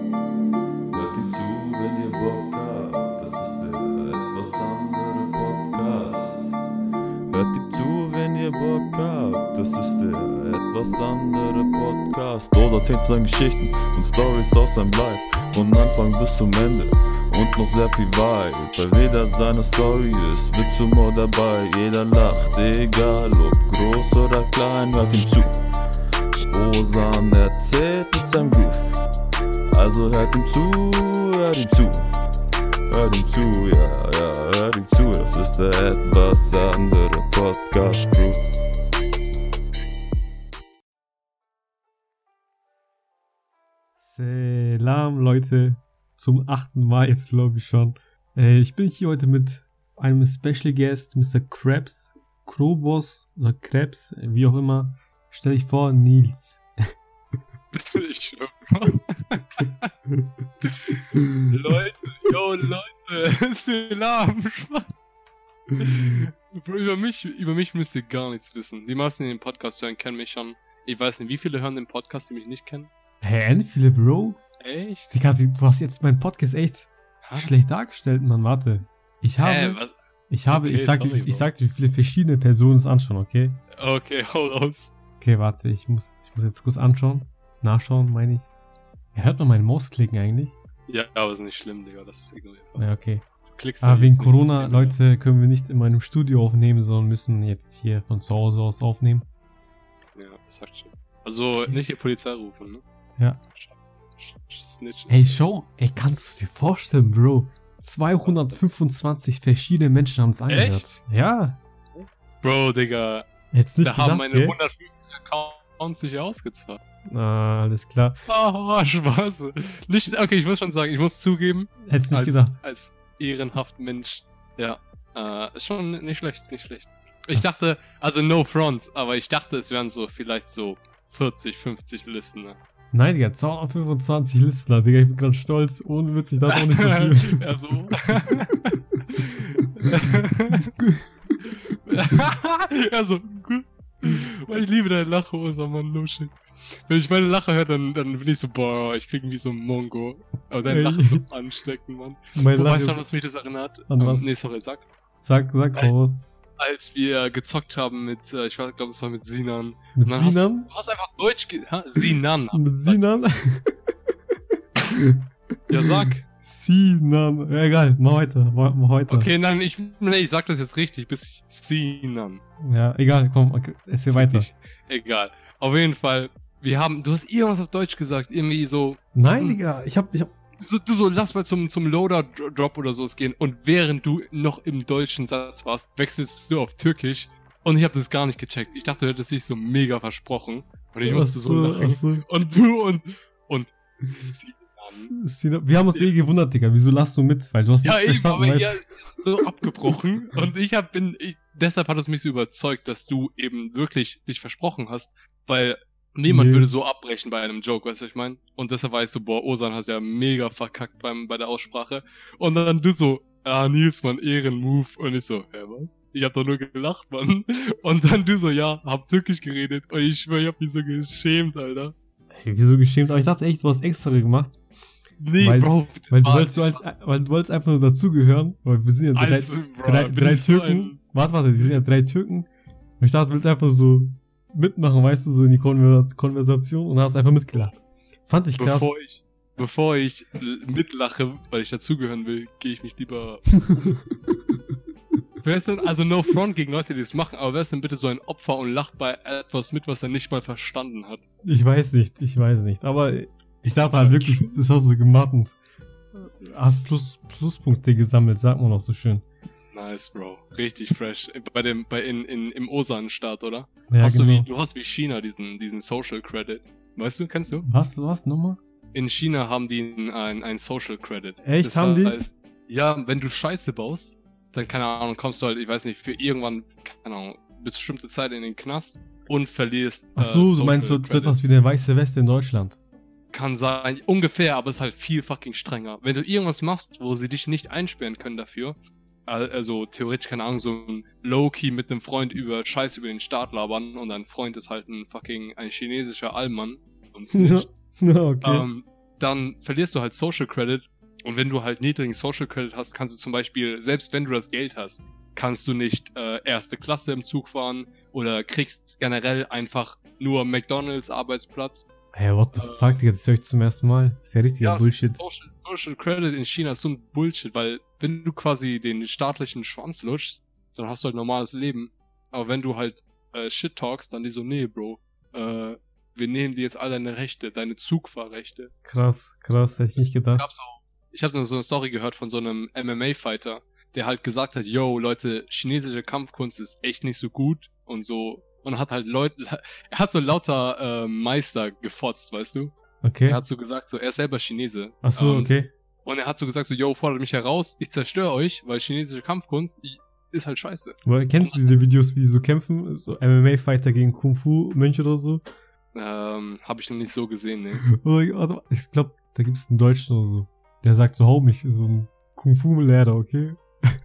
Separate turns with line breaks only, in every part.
Hört ihm zu, wenn ihr Bock habt. Das ist der etwas andere Podcast. Hört ihm zu, wenn ihr Bock habt. Das ist der etwas andere Podcast. Rosa erzählt seine Geschichten und Stories aus seinem Life. Von Anfang bis zum Ende und noch sehr viel weit. Bei jeder seiner Story ist Witz Humor dabei. Jeder lacht, egal ob groß oder klein. Hört ihm zu. Osan erzählt mit seinem Groove. Also hört ihm zu, hört ihm zu. Hört ihm zu, ja, hört ihm zu. Das ist der etwas andere Podcast-Crew.
Salam, Leute. Zum 8. Mal jetzt, glaube ich schon. Ich bin hier heute mit einem Special Guest, Mr. Krabs, Krobos oder Krebs, wie auch immer. Stell dich vor, Nils.
Ich schwör. Leute, Salam. Über mich müsst ihr gar nichts wissen. Die meisten, die den Podcast hören, kennen mich schon. Ich weiß nicht, wie viele hören den Podcast, die mich nicht kennen?
Hä, viele, Bro?
Echt?
Digga, du hast jetzt meinen Podcast echt schlecht dargestellt, Mann, warte. Ich sag dir, wie viele verschiedene Personen es anschauen, okay?
Okay, hau raus.
Okay, warte, ich muss jetzt kurz nachschauen, meine ich. Hört man meinen Mausklicken eigentlich?
Ja, aber ist nicht schlimm, Digga, das ist ignoriert.
Ja, okay.
Du klickst
wegen Corona, Leute, können wir nicht in meinem Studio aufnehmen, sondern müssen jetzt hier von zu Hause aus aufnehmen.
Ja, das sagt schon. Also, nicht die Polizei rufen, ne?
Ja.
Snitchen.
Ey, schau, kannst du es dir vorstellen, Bro? 225 verschiedene Menschen haben es angehört.
Echt?
Ja.
Bro, Digga.
Jetzt nicht
da
gedacht,
haben meine 150 Accounts sich ausgezahlt.
Alles klar.
Spaß. Nicht, okay, ich muss schon sagen, ich muss zugeben.
Hättest nicht gedacht.
Als ehrenhaft Mensch. Ja. Ist schon nicht schlecht. Ich dachte, also no front, aber ich dachte, es wären so vielleicht so 40, 50 Listen. Ne?
Nein, Digga, 225 Listler, Digga, ich bin gerade stolz. Ohne Witz, ich dachte auch nicht so viel.
Ja, so. Ja, so. Ich liebe deine Lache, Osa, Mann, no shit. Wenn ich meine Lache höre, dann bin ich so, boah, ich klinge wie so ein Mongo. Aber deine Lache ist so ansteckend, Mann. Weißt du, was mich das erinnert?
An was?
Nee, sorry, sag.
Sag was.
Als wir gezockt haben mit, ich glaube, das war mit Sinan.
Mit Sinan?
Du hast einfach Deutsch Sinan.
Mit Sinan?
Ja, sag.
Sinan. Ja, egal, mach weiter.
Okay, nein, ich sag das jetzt richtig, bis Sinan.
Ja, egal, komm, okay, erzähl weiter.
Egal. Auf jeden Fall, du hast irgendwas auf Deutsch gesagt, irgendwie so.
Nein, Digga, ich hab.
Du lass mal zum Loader-Drop oder so gehen und während du noch im deutschen Satz warst, wechselst du auf Türkisch und ich hab das gar nicht gecheckt. Ich dachte, du hättest dich so mega versprochen und ich musste so lachen.
So.
Und du und
Sinan. Wir haben uns gewundert, Digga, wieso lachst du mit? Weil du hast
nichts
verstanden,
weißt du? So abgebrochen und deshalb hat es mich so überzeugt, dass du eben wirklich dich versprochen hast, weil niemand würde so abbrechen bei einem Joke, weißt du, was ich meine? Und deshalb war ich so, boah, Osan hast ja mega verkackt bei der Aussprache. Und dann du so, Nils, Mann, Ehrenmove. Und ich so, was? Ich hab doch nur gelacht, Mann. Und dann du so, ja, hab türkisch geredet. Und ich schwör, ich hab mich so geschämt, Alter.
Hey, wieso geschämt? Aber ich dachte echt, du hast extra gemacht.
Nee, Bro.
Weil du wolltest einfach nur dazugehören. Weil wir sind ja drei Türken. Warte, wir sind ja 3 Türken. Und ich dachte, du willst einfach so mitmachen, weißt du, so in die Konversation und hast einfach mitgelacht. Fand ich krass.
Bevor ich mitlache, weil ich dazugehören will, gehe ich mich lieber... Wer ist denn, also no front gegen Leute, die das machen, aber wer ist denn bitte so ein Opfer und lacht bei etwas mit, was er nicht mal verstanden hat?
Ich weiß nicht, aber ich dachte halt wirklich, das hast du gemacht und hast Pluspunkte gesammelt, sagt man auch so schön.
Nice, Bro. Richtig fresh. Im Osan-Staat, oder?
Ja, genau.
Du hast wie China diesen Social Credit. Weißt du, kennst du?
Was nochmal?
In China haben die ein Social Credit.
Echt, das haben die?
Heißt, ja, wenn du Scheiße baust, dann, keine Ahnung, kommst du halt, ich weiß nicht, für irgendwann, keine Ahnung, bestimmte Zeit in den Knast und verlierst.
Ach so, du meinst so etwas wie eine weiße Weste in Deutschland?
Kann sein, ungefähr, aber es ist halt viel fucking strenger. Wenn du irgendwas machst, wo sie dich nicht einsperren können dafür, also theoretisch, keine Ahnung, so ein Low-Key mit einem Freund über Scheiß über den Staat labern und dein Freund ist halt ein chinesischer Allmann und Snitch.
Okay.
dann verlierst du halt Social Credit. Und wenn du halt niedrigen Social Credit hast, kannst du zum Beispiel, selbst wenn du das Geld hast, kannst du nicht erste Klasse im Zug fahren oder kriegst generell einfach nur McDonald's Arbeitsplatz.
Hey, what the fuck, Digga, das höre ich zum ersten Mal. Das ist ja richtiger Bullshit.
Social Credit in China ist so ein Bullshit, weil wenn du quasi den staatlichen Schwanz lutschst, dann hast du halt normales Leben. Aber wenn du halt Shit talkst, dann die so, nee, Bro, wir nehmen dir jetzt all deine Rechte, deine Zugfahrrechte.
Krass, hätte ich nicht gedacht.
Ich habe nur so eine Story gehört von so einem MMA-Fighter, der halt gesagt hat, yo, Leute, chinesische Kampfkunst ist echt nicht so gut und so. Und hat halt er hat so lauter Meister gefotzt, weißt du?
Okay.
Er hat so gesagt, so, er ist selber Chinese.
Ach so, okay.
Und er hat so gesagt, so, yo, fordert mich heraus, ich zerstöre euch, weil chinesische Kampfkunst ist halt scheiße.
Aber kennst du diese Videos, wie die so kämpfen? So MMA-Fighter gegen Kung-Fu-Mönche oder so?
Hab ich noch nicht so gesehen, ne.
Ich glaube, da gibt's einen Deutschen oder so. Der sagt so, hau mich, so ein Kung-Fu-Lehrer, okay?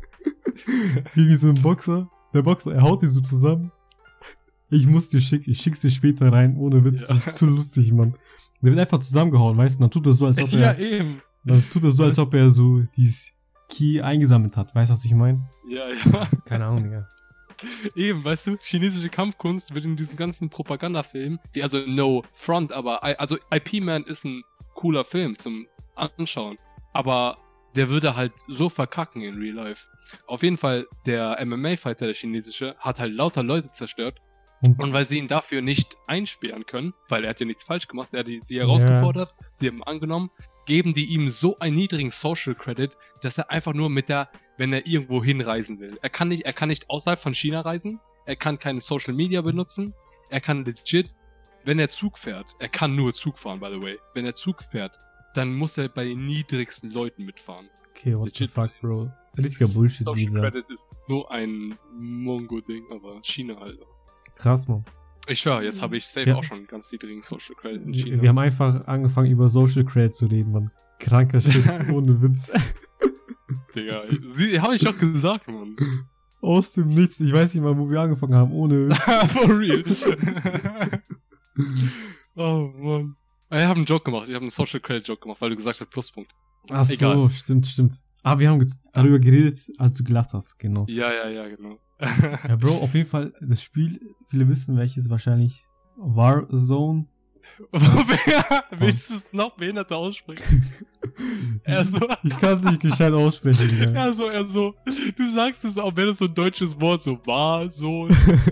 Wie so ein Boxer. Der Boxer, er haut die so zusammen. Ich schick's dir später rein, ohne Witz. Ja. Das ist zu lustig, Mann. Der wird einfach zusammengehauen, weißt du? Dann tut er so, als ob er... Ja, eben. Dann tut er so, als ob er so dieses Ki eingesammelt hat. Weißt du, was ich meine?
Ja.
Keine Ahnung, Digga.
Eben, weißt du, chinesische Kampfkunst wird in diesen ganzen Propagandafilmen, also no front, aber also IP Man ist ein cooler Film zum Anschauen. Aber der würde halt so verkacken in Real Life. Auf jeden Fall, der MMA-Fighter, der chinesische, hat halt lauter Leute zerstört. Und weil sie ihn dafür nicht einsperren können, weil er hat ja nichts falsch gemacht, er hat sie herausgefordert, sie haben angenommen, geben die ihm so einen niedrigen Social Credit, dass er einfach nur wenn er irgendwo hinreisen will. Er kann nicht außerhalb von China reisen, er kann keine Social Media benutzen, er kann legit, wenn er Zug fährt, er kann nur Zug fahren, by the way, wenn er Zug fährt, dann muss er bei den niedrigsten Leuten mitfahren.
Okay, what legit, the fuck, Bro. Richtiger Bullshit,
Social Credit ist so ein Mongo-Ding, aber China, Alter.
Krass, Mann.
Ich schwör, jetzt habe ich safe auch schon ganz niedrigen Social Credit in China.
Wir haben einfach angefangen, über Social Credit zu reden, Mann. Kranker Shit, ohne Witz.
Digga, hab ich doch gesagt, Mann.
Aus dem Nichts. Ich weiß nicht mal, wo wir angefangen haben, ohne...
For real. Oh, Mann. Ich habe einen Joke gemacht. Ich habe einen Social Credit Joke gemacht, weil du gesagt hast, Pluspunkt.
Ach so, egal. Stimmt. Ah, wir haben darüber geredet, als du gelacht hast, genau.
Ja, genau.
Ja, Bro, auf jeden Fall, das Spiel, viele wissen, welches wahrscheinlich Warzone.
Willst du es noch behinderter aussprechen?
Ich kann es nicht gescheit aussprechen.
Ja. Du sagst es auch, wenn es so ein deutsches Wort so Warzone.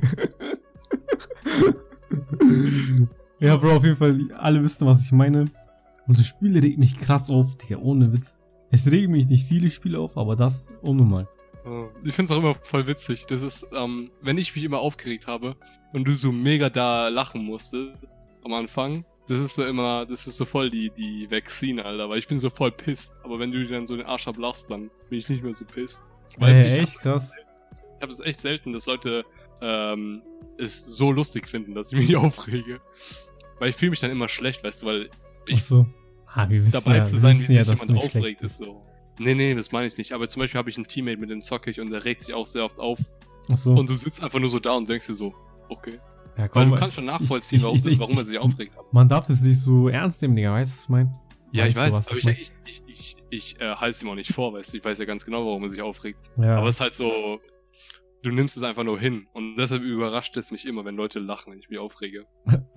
Ja, Bro, auf jeden Fall, alle wissen, was ich meine. Und das Spiel regt mich krass auf, Digga, ohne Witz. Es regen mich nicht viele Spiele auf, aber das unnormal.
Ich find's auch immer voll witzig. Das ist, wenn ich mich immer aufgeregt habe und du so mega da lachen musstest am Anfang, das ist so voll die Vaccine, Alter, weil ich bin so voll pisst. Aber wenn du dir dann so den Arsch ablachst, dann bin ich nicht mehr so pisst.
Echt krass.
Ich habe es echt selten, dass Leute es so lustig finden, dass ich mich aufrege. Weil ich fühle mich dann immer schlecht, weißt du, weil ich dabei zu sein, wie sich jemand aufregt, ist so. Nee, das meine ich nicht. Aber zum Beispiel habe ich einen Teammate, mit dem zocke ich und der regt sich auch sehr oft auf.
Ach so.
Und du sitzt einfach nur so da und denkst dir so, okay.
Ja, komm,
weil du kannst schon nachvollziehen, warum er sich aufregt.
Man darf das nicht so ernst nehmen, Digga, weißt du, was ich meine?
Ja, ich weiß, aber ich halte es ihm auch nicht vor, weißt du, ich weiß ja ganz genau, warum er sich aufregt.
Ja.
Aber es ist halt so, du nimmst es einfach nur hin. Und deshalb überrascht es mich immer, wenn Leute lachen, wenn ich mich aufrege.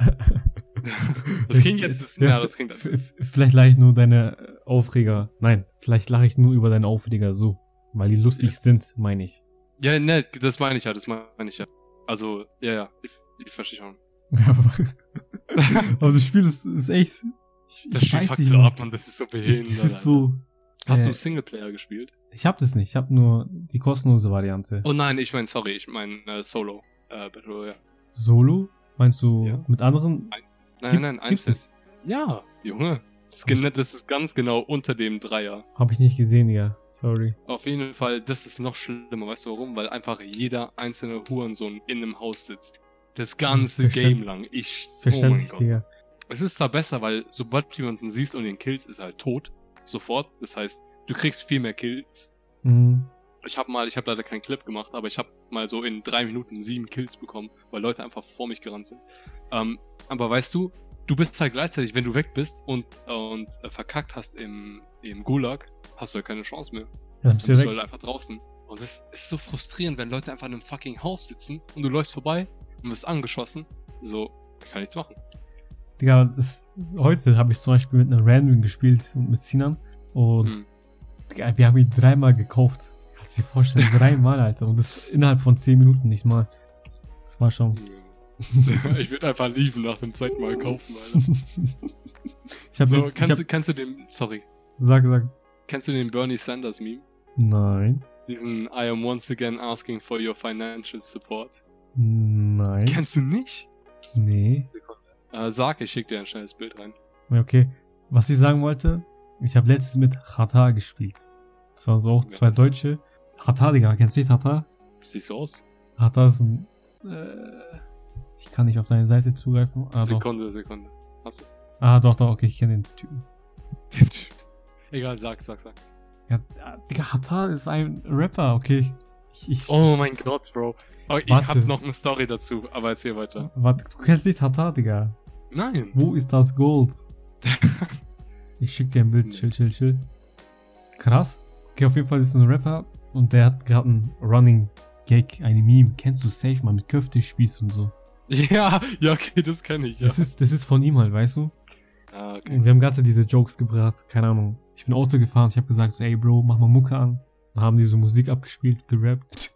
Das klingt jetzt, das klingt
vielleicht lache ich nur deine Aufreger. Nein, vielleicht lache ich nur über deine Aufreger so. Weil die lustig sind, meine ich.
Ja, ne, das meine ich ja. Also, ja, ich verstehe schon.
Aber das Spiel ist echt...
Das Spiel fuckt so ab, man, das ist so behindert.
Das ist so...
Hast du Singleplayer gespielt?
Ich hab das nicht, ich hab nur die kostenlose Variante.
Oh nein, ich meine Solo. Battle Royale.
Solo? Meinst du mit anderen?
Nein, einzeln. Ja, Junge. Das ist ganz genau unter dem Dreier.
Hab ich nicht gesehen, ja. Sorry.
Auf jeden Fall, das ist noch schlimmer. Weißt du warum? Weil einfach jeder einzelne Hurensohn in einem Haus sitzt. Das ganze Game lang.
Verständlich, Digga.
Es ist zwar besser, weil sobald du jemanden siehst und den killst, ist er halt tot. Sofort. Das heißt, du kriegst viel mehr Kills.
Mhm.
Ich habe leider keinen Clip gemacht, aber ich habe mal so in 3 Minuten 7 Kills bekommen, weil Leute einfach vor mich gerannt sind. Aber weißt du du bist halt gleichzeitig, wenn du weg bist und verkackt hast im Gulag, hast du ja keine Chance mehr.
Ja, dann bist du weg.
Halt einfach draußen. Und es ist so frustrierend, wenn Leute einfach in einem fucking Haus sitzen und du läufst vorbei und wirst angeschossen. So, ich kann nichts machen.
Digga, heute habe ich zum Beispiel mit einer Random gespielt und mit Sinan. Und Digga, wir haben ihn 3-mal gekauft. Kannst du dir vorstellen, 3-mal, Alter. Und das innerhalb von 10 Minuten nicht mal. Das war schon.
Ich würde einfach liefen nach dem zweiten Mal kaufen, Alter. Kennst du den, sorry.
Sag.
Kennst du den Bernie Sanders Meme?
Nein.
Diesen I am once again asking for your financial support.
Nein.
Kennst du nicht?
Nee.
Sag, ich schick dir ein schnelles Bild rein.
Okay. Was ich sagen wollte, ich habe letztens mit Chata gespielt. Das waren so auch 2 Deutsche. Chata, Digga, kennst du nicht Chata?
Siehst so aus?
Chata ist ein... ich kann nicht auf deine Seite zugreifen.
Sekunde. Hast du?
Doch, okay, ich kenne den Typen.
Den Typen. Egal, sag.
Ja, Digga, Chata ist ein Rapper, okay.
Oh mein Gott, Bro. Oh, ich
Warte.
hab noch eine Story dazu, aber erzähl weiter.
Warte, du kennst nicht Chata, Digga.
Nein.
Wo ist das Gold? Ich schick dir ein Bild, chill. Krass. Okay, auf jeden Fall ist es ein Rapper und der hat gerade einen Running Gag, eine Meme. Kennst du safe, mal mit Köftespieß und so.
Ja, okay, das kenn ich, ja.
Das ist von ihm halt, weißt du?
Okay.
Und wir haben ganze diese Jokes gebracht, keine Ahnung. Ich bin Auto gefahren, ich habe gesagt so, ey Bro, mach mal Mucke an. Dann haben die so Musik abgespielt, gerappt.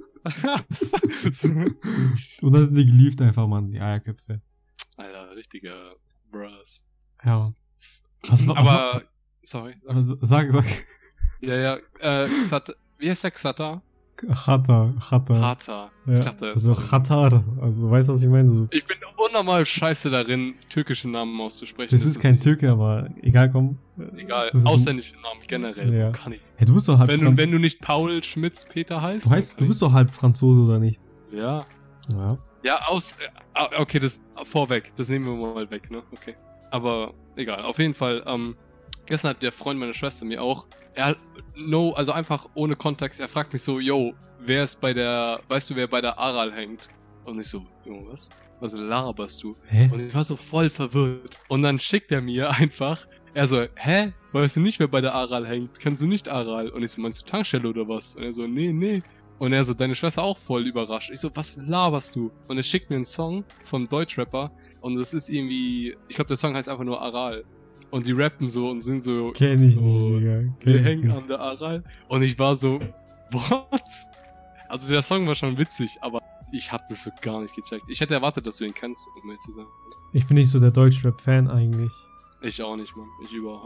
Und dann sind die geliebt einfach, Mann, die Eierköpfe.
Alter, richtiger Brass.
Ja.
Sorry.
Sag.
Ja, wie heißt der Xata?
Chata.
Hata.
Ja.
Ich dachte,
Also Chatar. Also weißt du, was ich meine? So.
Ich bin unnormal scheiße darin, türkische Namen auszusprechen.
Das ist kein
nicht.
Türke, aber egal, komm.
Egal, ausländische Namen generell.
Ja.
Kann ich.
Hey, du bist doch halb
wenn du nicht Paul Schmitz Peter heißt.
Du bist doch halb Franzose, oder nicht?
Ja.
Ja.
Ja, okay, das vorweg. Das nehmen wir mal weg, ne? Okay. Aber egal. Auf jeden Fall, gestern hat der Freund meiner Schwester mir auch, also einfach ohne Kontext, er fragt mich so, yo, weißt du, wer bei der Aral hängt? Und ich so, Junge, was? Was laberst du?
Hä?
Und ich war so voll verwirrt. Und dann schickt er mir einfach, er so, hä? Weißt du nicht, wer bei der Aral hängt? Kennst du nicht Aral? Und ich so, meinst du Tankstelle oder was? Und er so, nee. Und er so, deine Schwester auch voll überrascht. Ich so, was laberst du? Und er schickt mir einen Song vom Deutschrapper. Und das ist irgendwie, ich glaube, der Song heißt einfach nur Aral. Und die rappen so und sind so,
Kenn ich
so,
nicht, Digga.
wir hängen an der Aral. Und ich war so, what? Also der Song war schon witzig, aber ich hab das so gar nicht gecheckt. Ich hätte erwartet, dass du ihn kennst, um ehrlich zu sein.
Ich bin nicht so der Deutschrap-Fan eigentlich.
Ich auch nicht, Mann.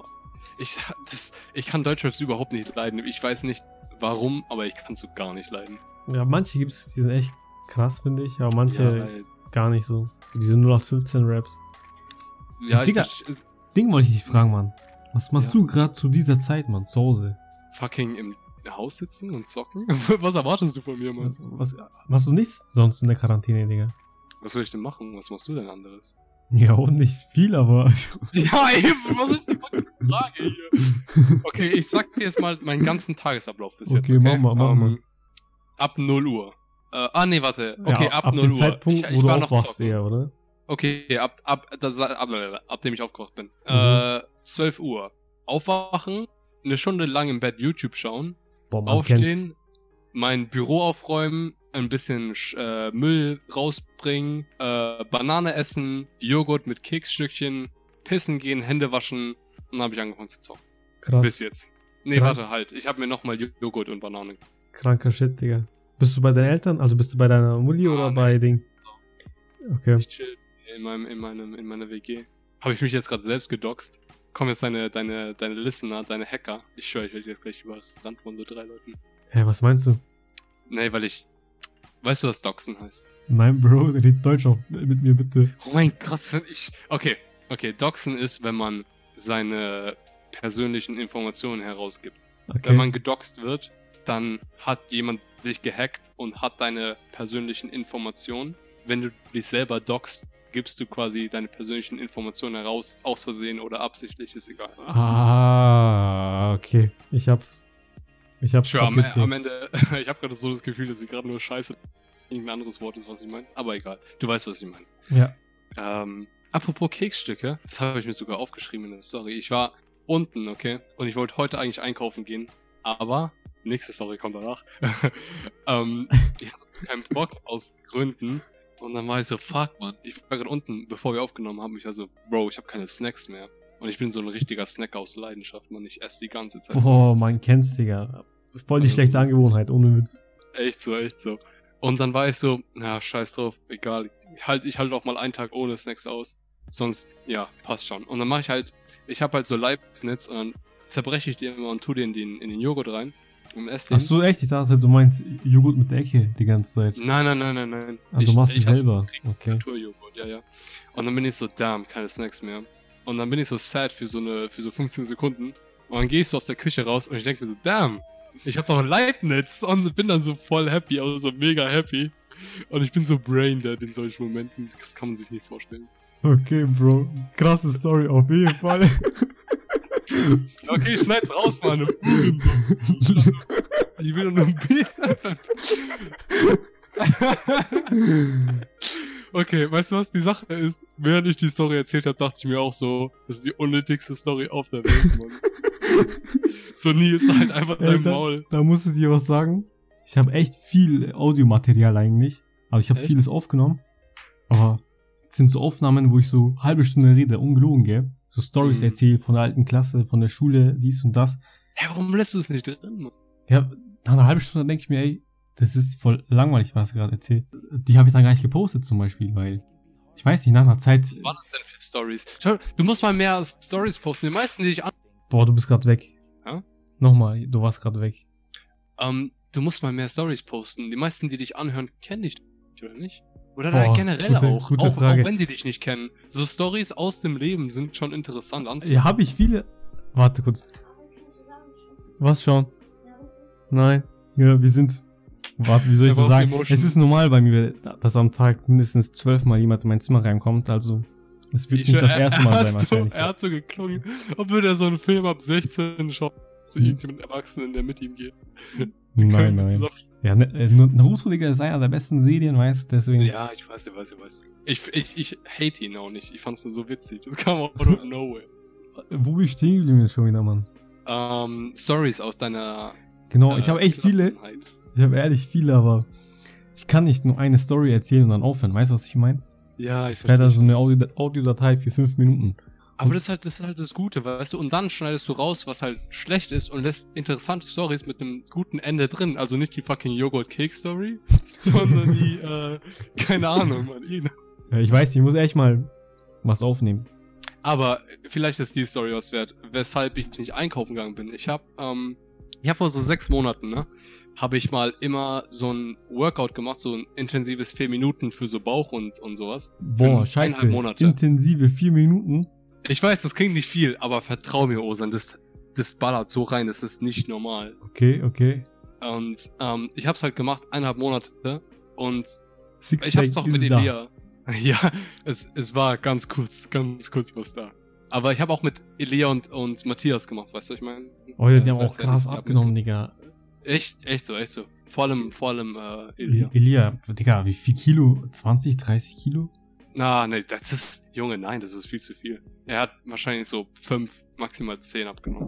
Ich kann Deutschraps überhaupt nicht leiden. Ich weiß nicht warum, aber ich kann es so gar nicht leiden.
Ja, manche gibt's, die sind echt krass, finde ich, aber manche gar nicht so. Diese 0815 Raps.
Ja,
Digga, Ding wollte ich dich fragen, Mann. Was machst du gerade zu dieser Zeit, Mann, zu Hause?
Fucking im Haus sitzen und zocken? Was erwartest du von mir, Mann?
Was, machst du nichts sonst in der Quarantäne, Digga?
Was soll ich denn machen? Was machst du denn anderes?
Ja, und nicht viel, aber...
Ja, eben, was ist die Frage hier? Okay, ich sag dir jetzt mal meinen ganzen Tagesablauf bis jetzt.
Okay, mach mal.
Ab 0 Uhr. Nee, warte. Okay,
ja,
ab 0 Uhr.
Zeitpunkt,
ich
wo du
war noch
aufwachst
zocken.
eher, oder?
Okay, ab dem ich aufgewacht bin. 12 Uhr. Aufwachen, eine Stunde lang im Bett YouTube schauen,
Boah,
aufstehen, mein Büro aufräumen, ein bisschen Müll rausbringen, Banane essen, Joghurt mit Keksstückchen, pissen gehen, Hände waschen und dann habe ich angefangen zu zocken.
Krass.
Bis jetzt. Nee,
Krass.
warte, halt. Ich habe mir nochmal Joghurt und Banane.
Kranker Shit, Digga. Bist du bei deinen Eltern? Also bist du bei deiner Mutti oder
nee.
bei Ding? Okay.
Ich chill in meiner WG. Habe ich mich jetzt gerade selbst gedoxt. Kommen jetzt deine Listener, deine Hacker. Ich schwöre, ich werde jetzt gleich überrannt von so 3 Leuten.
Hä, was meinst du?
Nee, weißt du, was Doxen heißt?
Nein, Bro, red Deutsch auf mit mir, bitte.
Oh mein Gott, Okay, Doxen ist, wenn man seine persönlichen Informationen herausgibt.
Okay.
Wenn man gedoxt wird, dann hat jemand dich gehackt und hat deine persönlichen Informationen. Wenn du dich selber doxst, gibst du quasi deine persönlichen Informationen heraus, aus Versehen oder absichtlich, ist egal.
Okay. Ich hab's.
Sure, am Ende, ich habe gerade so das Gefühl, dass ich gerade nur Scheiße irgendein anderes Wort ist, was ich meine. Aber egal. Du weißt, was ich meine.
Ja.
apropos Keksstücke, das habe ich mir sogar aufgeschrieben in der Story. Ich war unten, okay, und ich wollte heute eigentlich einkaufen gehen, aber nächste Story kommt danach. Ich hatte keinen Bock aus Gründen und dann war ich so, fuck, man. Ich war gerade unten, bevor wir aufgenommen haben, ich war so, Bro, ich habe keine Snacks mehr. Und ich bin so ein richtiger Snacker aus Leidenschaft, man. Ich esse die ganze Zeit.
Boah, man kennt's, Digga. Voll die schlechte Angewohnheit, ohne Witz.
Echt so. Und dann war ich so, na, scheiß drauf, egal. Ich halt auch mal einen Tag ohne Snacks aus. Sonst, ja, passt schon. Und dann mache ich habe halt so Leibniz und dann zerbreche ich die immer und tu den in den Joghurt rein. Und esse den.
Ach so, echt? Ich dachte, du meinst Joghurt mit der Ecke die ganze Zeit.
Nein.
Ah, du machst es selber. Okay.
Naturjoghurt, ja. Und dann bin ich so, damn, keine Snacks mehr. Und dann bin ich so sad für so 15 Sekunden. Und dann gehe ich so aus der Küche raus und ich denke mir so, damn, ich hab doch Leibniz. Und bin dann so voll happy, also so mega happy. Und ich bin so braindead in solchen Momenten. Das kann man sich nicht vorstellen.
Okay, Bro. Krasse Story auf jeden Fall.
Okay, schneid's raus, Mann. Ich will nur ein Bier. Okay, weißt du was? Die Sache ist, während ich die Story erzählt habe, dachte ich mir auch so, das ist die unnötigste Story auf der Welt, Mann. So nie ist halt einfach dein Maul.
Da muss ich dir was sagen. Ich habe echt viel Audiomaterial eigentlich. Aber ich habe vieles aufgenommen. Aber es sind so Aufnahmen, wo ich so halbe Stunde rede, ungelogen, gell? So Stories erzähle von der alten Klasse, von der Schule, dies und das.
Hä, warum lässt du es nicht drin, Mann?
Ja, nach einer halben Stunde denke ich mir, ey, das ist voll langweilig, was ich gerade erzähle. Die habe ich dann gar nicht gepostet zum Beispiel, weil ich weiß nicht, nach einer Zeit...
Was waren das denn für Stories? Schau, du musst mal mehr Stories posten. Die meisten, die dich an...
Boah, du bist gerade weg.
Ja?
Nochmal, du warst gerade weg.
Du musst mal mehr Stories posten. Die meisten, die dich anhören, kennen dich, oder nicht? Oder
Boah,
generell
gute
auch
Frage.
wenn die dich nicht kennen. So Stories aus dem Leben sind schon interessant anzuhören.
Ja, habe ich viele... Warte kurz. Was schon? Nein. Ja, wir sind... Warte, wie soll ich das sagen? Es ist normal bei mir, dass am Tag mindestens 12 Mal jemand in mein Zimmer reinkommt, also es wird nicht das erste Mal sein wahrscheinlich.
Er hat so geklungen, ob würde er so einen Film ab 16 schauen, zu irgendjemand Erwachsenen, der mit ihm geht.
Nein. Ja, Naruto, Digga, ist einer der besten Serien, weißt du, deswegen.
Ja, ich weiß. Ich hate ihn auch nicht. Ich fand's nur so witzig. Das kam out of nowhere.
Wo bin ich stehen geblieben jetzt schon wieder, Mann?
Stories aus deiner...
Genau, ich habe echt viele. Ich habe ehrlich viele, aber ich kann nicht nur eine Story erzählen und dann aufhören. Weißt du, was ich meine?
Ja,
das wäre da so eine Audiodatei für 5 Minuten.
Aber das ist halt das Gute, weißt du? Und dann schneidest du raus, was halt schlecht ist und lässt interessante Stories mit einem guten Ende drin. Also nicht die fucking Joghurt-Cake-Story, sondern die, keine Ahnung, Mann.
Ja, ich weiß, ich muss echt mal was aufnehmen.
Aber vielleicht ist die Story was wert, weshalb ich nicht einkaufen gegangen bin. Ich hab vor so 6 Monaten, ne? Habe ich mal immer so ein Workout gemacht, so ein intensives 4 Minuten für so Bauch und sowas.
Boah, scheiße. Intensive 4 Minuten?
Ich weiß, das klingt nicht viel, aber vertrau mir, Osan, das ballert so rein, das ist nicht normal.
Okay.
Und ich hab's halt gemacht, 1,5 Monate und
Sixpack
ich hab's auch mit Elia. Ja, es war ganz kurz was da. Aber ich habe auch mit Elia und Matthias gemacht, weißt du, ich meine?
Oh ja, die haben auch krass abgenommen, Digga.
Echt so. Vor allem Elia.
Elia, Digga, wie viel Kilo? 20, 30 Kilo?
Nee, das ist viel zu viel. Er hat wahrscheinlich so 5, maximal 10 abgenommen.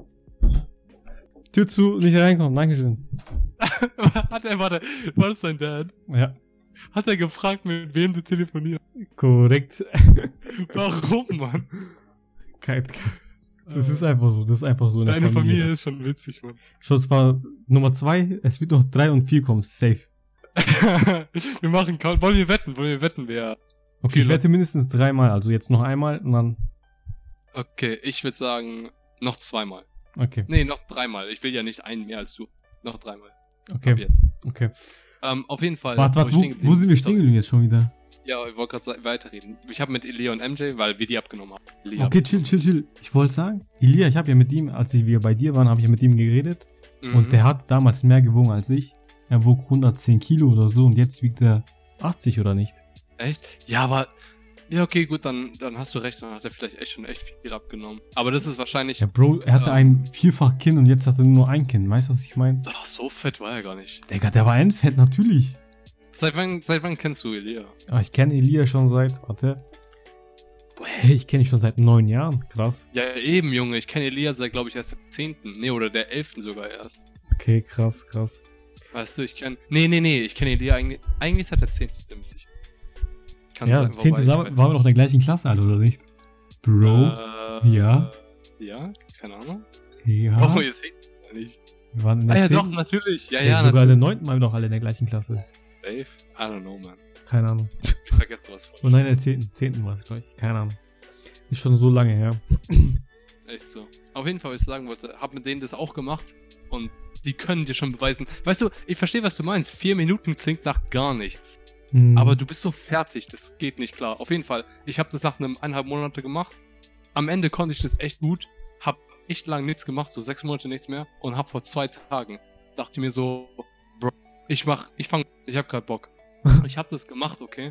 Tür zu, nicht reinkommen, dankeschön.
Warte, war das dein Dad?
Ja.
Hat er gefragt, mit wem du telefonierst?
Korrekt.
Warum, Mann?
Das ist einfach so in der
Deine Familie ist schon witzig, Mann.
Schon, es war Nummer 2, es wird noch 3 und 4 kommen, safe.
Wir machen Count. Wollen wir wetten, wer...
Okay, ich wette mindestens 3 Mal, also jetzt noch einmal und dann...
Okay, ich würde sagen, noch 2 Mal.
Okay.
Nee, noch 3 Mal. Ich will ja nicht einen mehr als du. Noch 3 Mal.
Okay.
Ab jetzt.
Okay.
Auf jeden Fall...
Warte, wo sind wir stehen geblieben jetzt schon wieder?
Ja, ich wollte gerade weiterreden. Ich habe mit Elia und MJ, weil wir die abgenommen haben. Elia
okay, chill. Ich wollte sagen, Elia, ich habe ja mit ihm, als wir bei dir waren, habe ich ja mit ihm geredet. Und der hat damals mehr gewogen als ich. Er wog 110 Kilo oder so und jetzt wiegt er 80 oder nicht?
Echt? Ja, aber... Ja, okay, gut, dann hast du recht. Dann hat er vielleicht schon echt viel abgenommen. Aber das ist wahrscheinlich...
Ja, Bro, er hatte ein 4-fach Kinn und jetzt hat er nur ein Kinn. Weißt du, was ich meine?
Ach, so fett war er gar nicht.
Digga, der war endfett, natürlich.
Seit wann kennst du Elia?
Ah, ich kenne Elia schon seit, warte. Ich kenne dich schon seit 9 Jahren. Krass.
Ja, eben, Junge. Ich kenne Elia seit, glaube ich, erst der 10. Nee, oder der 11. sogar erst.
Okay, krass.
Weißt du, ich kenne... Nee. Ich kenne Elia eigentlich seit der 10. ziemlich sicher.
Ja, 10. waren wir noch in der gleichen Klasse, Alter, oder nicht? Bro. Ja.
Ja, keine Ahnung.
Ja.
Oh, jetzt hängt es nicht.
Wir waren in der
ja,
10.
doch, natürlich. Ja,
sogar
natürlich.
in der 9. waren wir noch alle in der gleichen Klasse.
Safe? I don't know, man.
Keine Ahnung.
Ich vergesse was von.
Oh nein, der 10. war es, glaube ich. Keine Ahnung. Ist schon so lange her.
Echt so. Auf jeden Fall, was ich sagen wollte, hab mit denen das auch gemacht und die können dir schon beweisen. Weißt du, ich verstehe, was du meinst. 4 Minuten klingt nach gar nichts. Aber du bist so fertig, das geht nicht klar. Auf jeden Fall, ich habe das nach einem 1,5 Monate gemacht. Am Ende konnte ich das echt gut. Hab echt lang nichts gemacht, so 6 Monate nichts mehr. Und hab vor 2 Tagen, dachte mir so, Bro, ich hab grad Bock. Ich hab das gemacht, okay?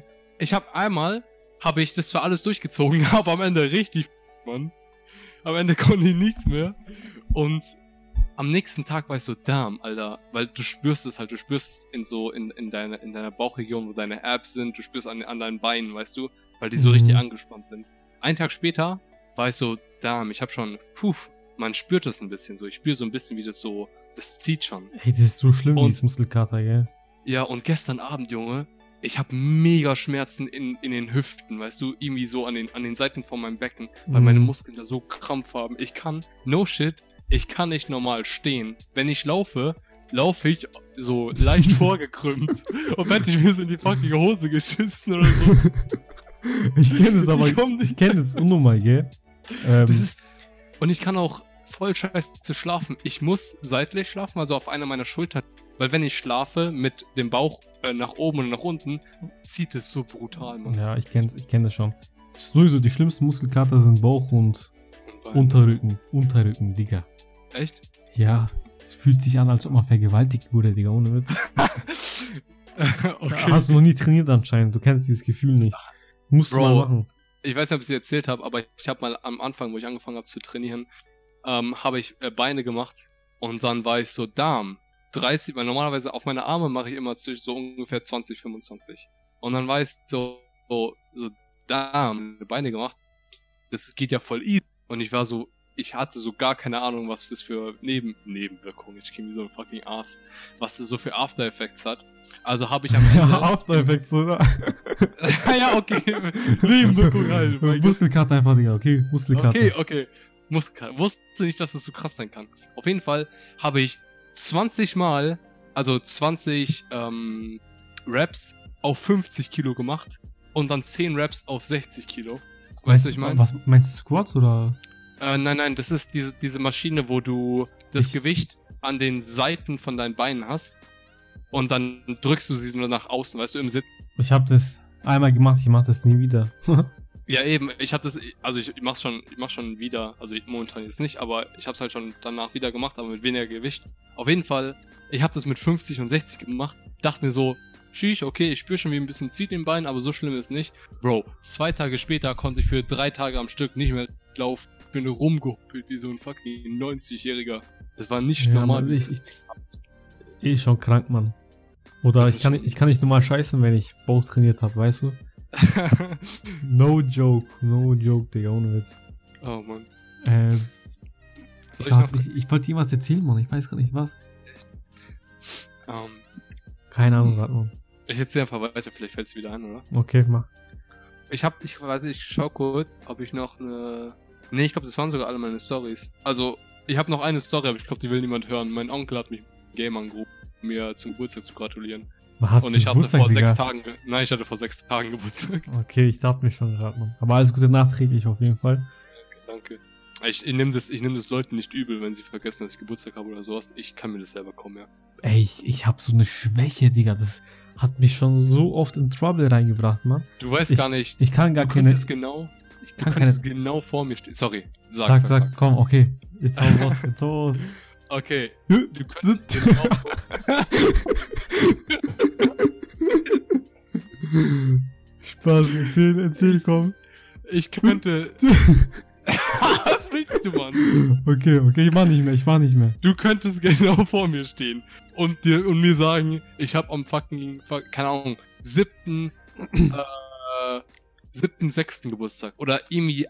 Habe ich das für alles durchgezogen, aber am Ende richtig, Mann. Am Ende konnte ich nichts mehr. Und am nächsten Tag war ich so, damn, Alter, weil du spürst es in deiner Bauchregion, wo deine Abs sind, du spürst an deinen Beinen, weißt du, weil die so richtig angespannt sind. Einen Tag später war ich so, damn, ich hab schon, man spürt das ein bisschen so, ich spüre so ein bisschen, wie das zieht schon.
Hey, das ist so schlimm, dieses Muskelkater, gell?
Ja, und gestern Abend, Junge, ich hab mega Schmerzen in den Hüften, weißt du, irgendwie so an den Seiten von meinem Becken, weil meine Muskeln da so Krampf haben. Ich kann nicht normal stehen. Wenn ich laufe ich so leicht vorgekrümmt und hätte ich mir so in die fucking Hose geschissen oder so.
Ich kenne es aber, ich kenne es unnormal, gell?
Und ich kann auch voll scheiße zu schlafen. Ich muss seitlich schlafen, also auf einer meiner Schultern, weil wenn ich schlafe mit dem Bauch nach oben und nach unten, zieht es so brutal, Mann.
Ja, ich kenn das schon. Sowieso, die schlimmsten Muskelkater sind Bauch und Unterrücken, Digga.
Echt?
Ja, es fühlt sich an, als ob man vergewaltigt wurde, Digga, ohne Witz. Okay. Hast du noch nie trainiert anscheinend, du kennst dieses Gefühl nicht. Musst du mal machen.
Ich weiß nicht, ob ich es dir erzählt habe, aber ich habe mal am Anfang, wo ich angefangen habe zu trainieren, habe ich Beine gemacht und dann war ich so, Darm, 30, weil normalerweise auf meine Arme mache ich immer zwischen so ungefähr 20, 25. Und dann war ich so Darm, Beine gemacht, das geht ja voll easy. Und ich hatte so gar keine Ahnung, was das für Nebenwirkungen, ich kenne wie so ein fucking Arzt, was das so für After Effects hat. Also habe ich am Ende...
Ja, After Effects, oder?
Ja, okay. Nebenwirkungen halt.
Muskelkater einfach, Digga, okay, Muskelkater.
Okay. Muskelkater. Wusste nicht, dass das so krass sein kann. Auf jeden Fall habe ich 20 Mal, also 20 Reps auf 50 Kilo gemacht und dann 10 Reps auf 60 Kilo. Weißt du, was ich meine?
Was meinst du, Squats oder?
Nein, das ist diese Maschine, wo du das Gewicht an den Seiten von deinen Beinen hast und dann drückst du sie nur nach außen, weißt du, im Sitz.
Ich habe das einmal gemacht, ich mach das nie wieder.
Ja, eben, ich mach's schon wieder, also momentan jetzt nicht, aber ich hab's halt schon danach wieder gemacht, aber mit weniger Gewicht. Auf jeden Fall, ich hab das mit 50 und 60 gemacht, dachte mir so, okay, ich spüre schon, wie ein bisschen zieht in den Beinen, aber so schlimm ist nicht. Bro, 2 Tage später konnte ich für 3 Tage am Stück nicht mehr laufen. Ich bin rumgehuppelt wie so ein fucking 90-Jähriger. Das war nicht normal.
Ich schon krank, Mann. Oder ich kann nicht normal scheißen, wenn ich Bauch trainiert habe, weißt du? No joke, Digga, ohne Witz.
Oh, Mann.
Ich wollte dir was erzählen, Mann, ich weiß gar nicht was. Keine Ahnung gerade, Mann.
Ich erzähle einfach weiter, vielleicht fällt es wieder an, oder?
Okay, mach.
Ich schau kurz, ob ich noch eine... Nee, ich glaube, das waren sogar alle meine Stories. Also, ich habe noch eine Story, aber ich glaube, die will niemand hören. Mein Onkel hat mich im Game angerufen, mir zum Geburtstag zu gratulieren. Und ich hatte vor 6 Tagen... Nein, ich hatte vor 6 Tagen Geburtstag.
Okay, ich dachte mir schon gerade, Mann. Aber alles Gute nachträglich auf jeden Fall.
Danke. Ich nehm das Leuten nicht übel, wenn sie vergessen, dass ich Geburtstag habe oder sowas. Ich kann mir das selber kommen, ja.
Ey, ich hab so eine Schwäche, Digga. Das hat mich schon so oft in Trouble reingebracht, Mann.
Du weißt gar nicht.
Ich kann gar keine...
Du könntest genau vor mir stehen. Sorry.
Sag, komm, okay. Jetzt hau raus,
Okay. Du könntest genau
Spaß, erzähl, komm.
Ich könnte... Was willst du, Mann?
Okay, ich mach nicht mehr.
Du könntest genau vor mir stehen und mir sagen, ich hab am fucking, keine Ahnung, 7. 7.6. Geburtstag. Oder irgendwie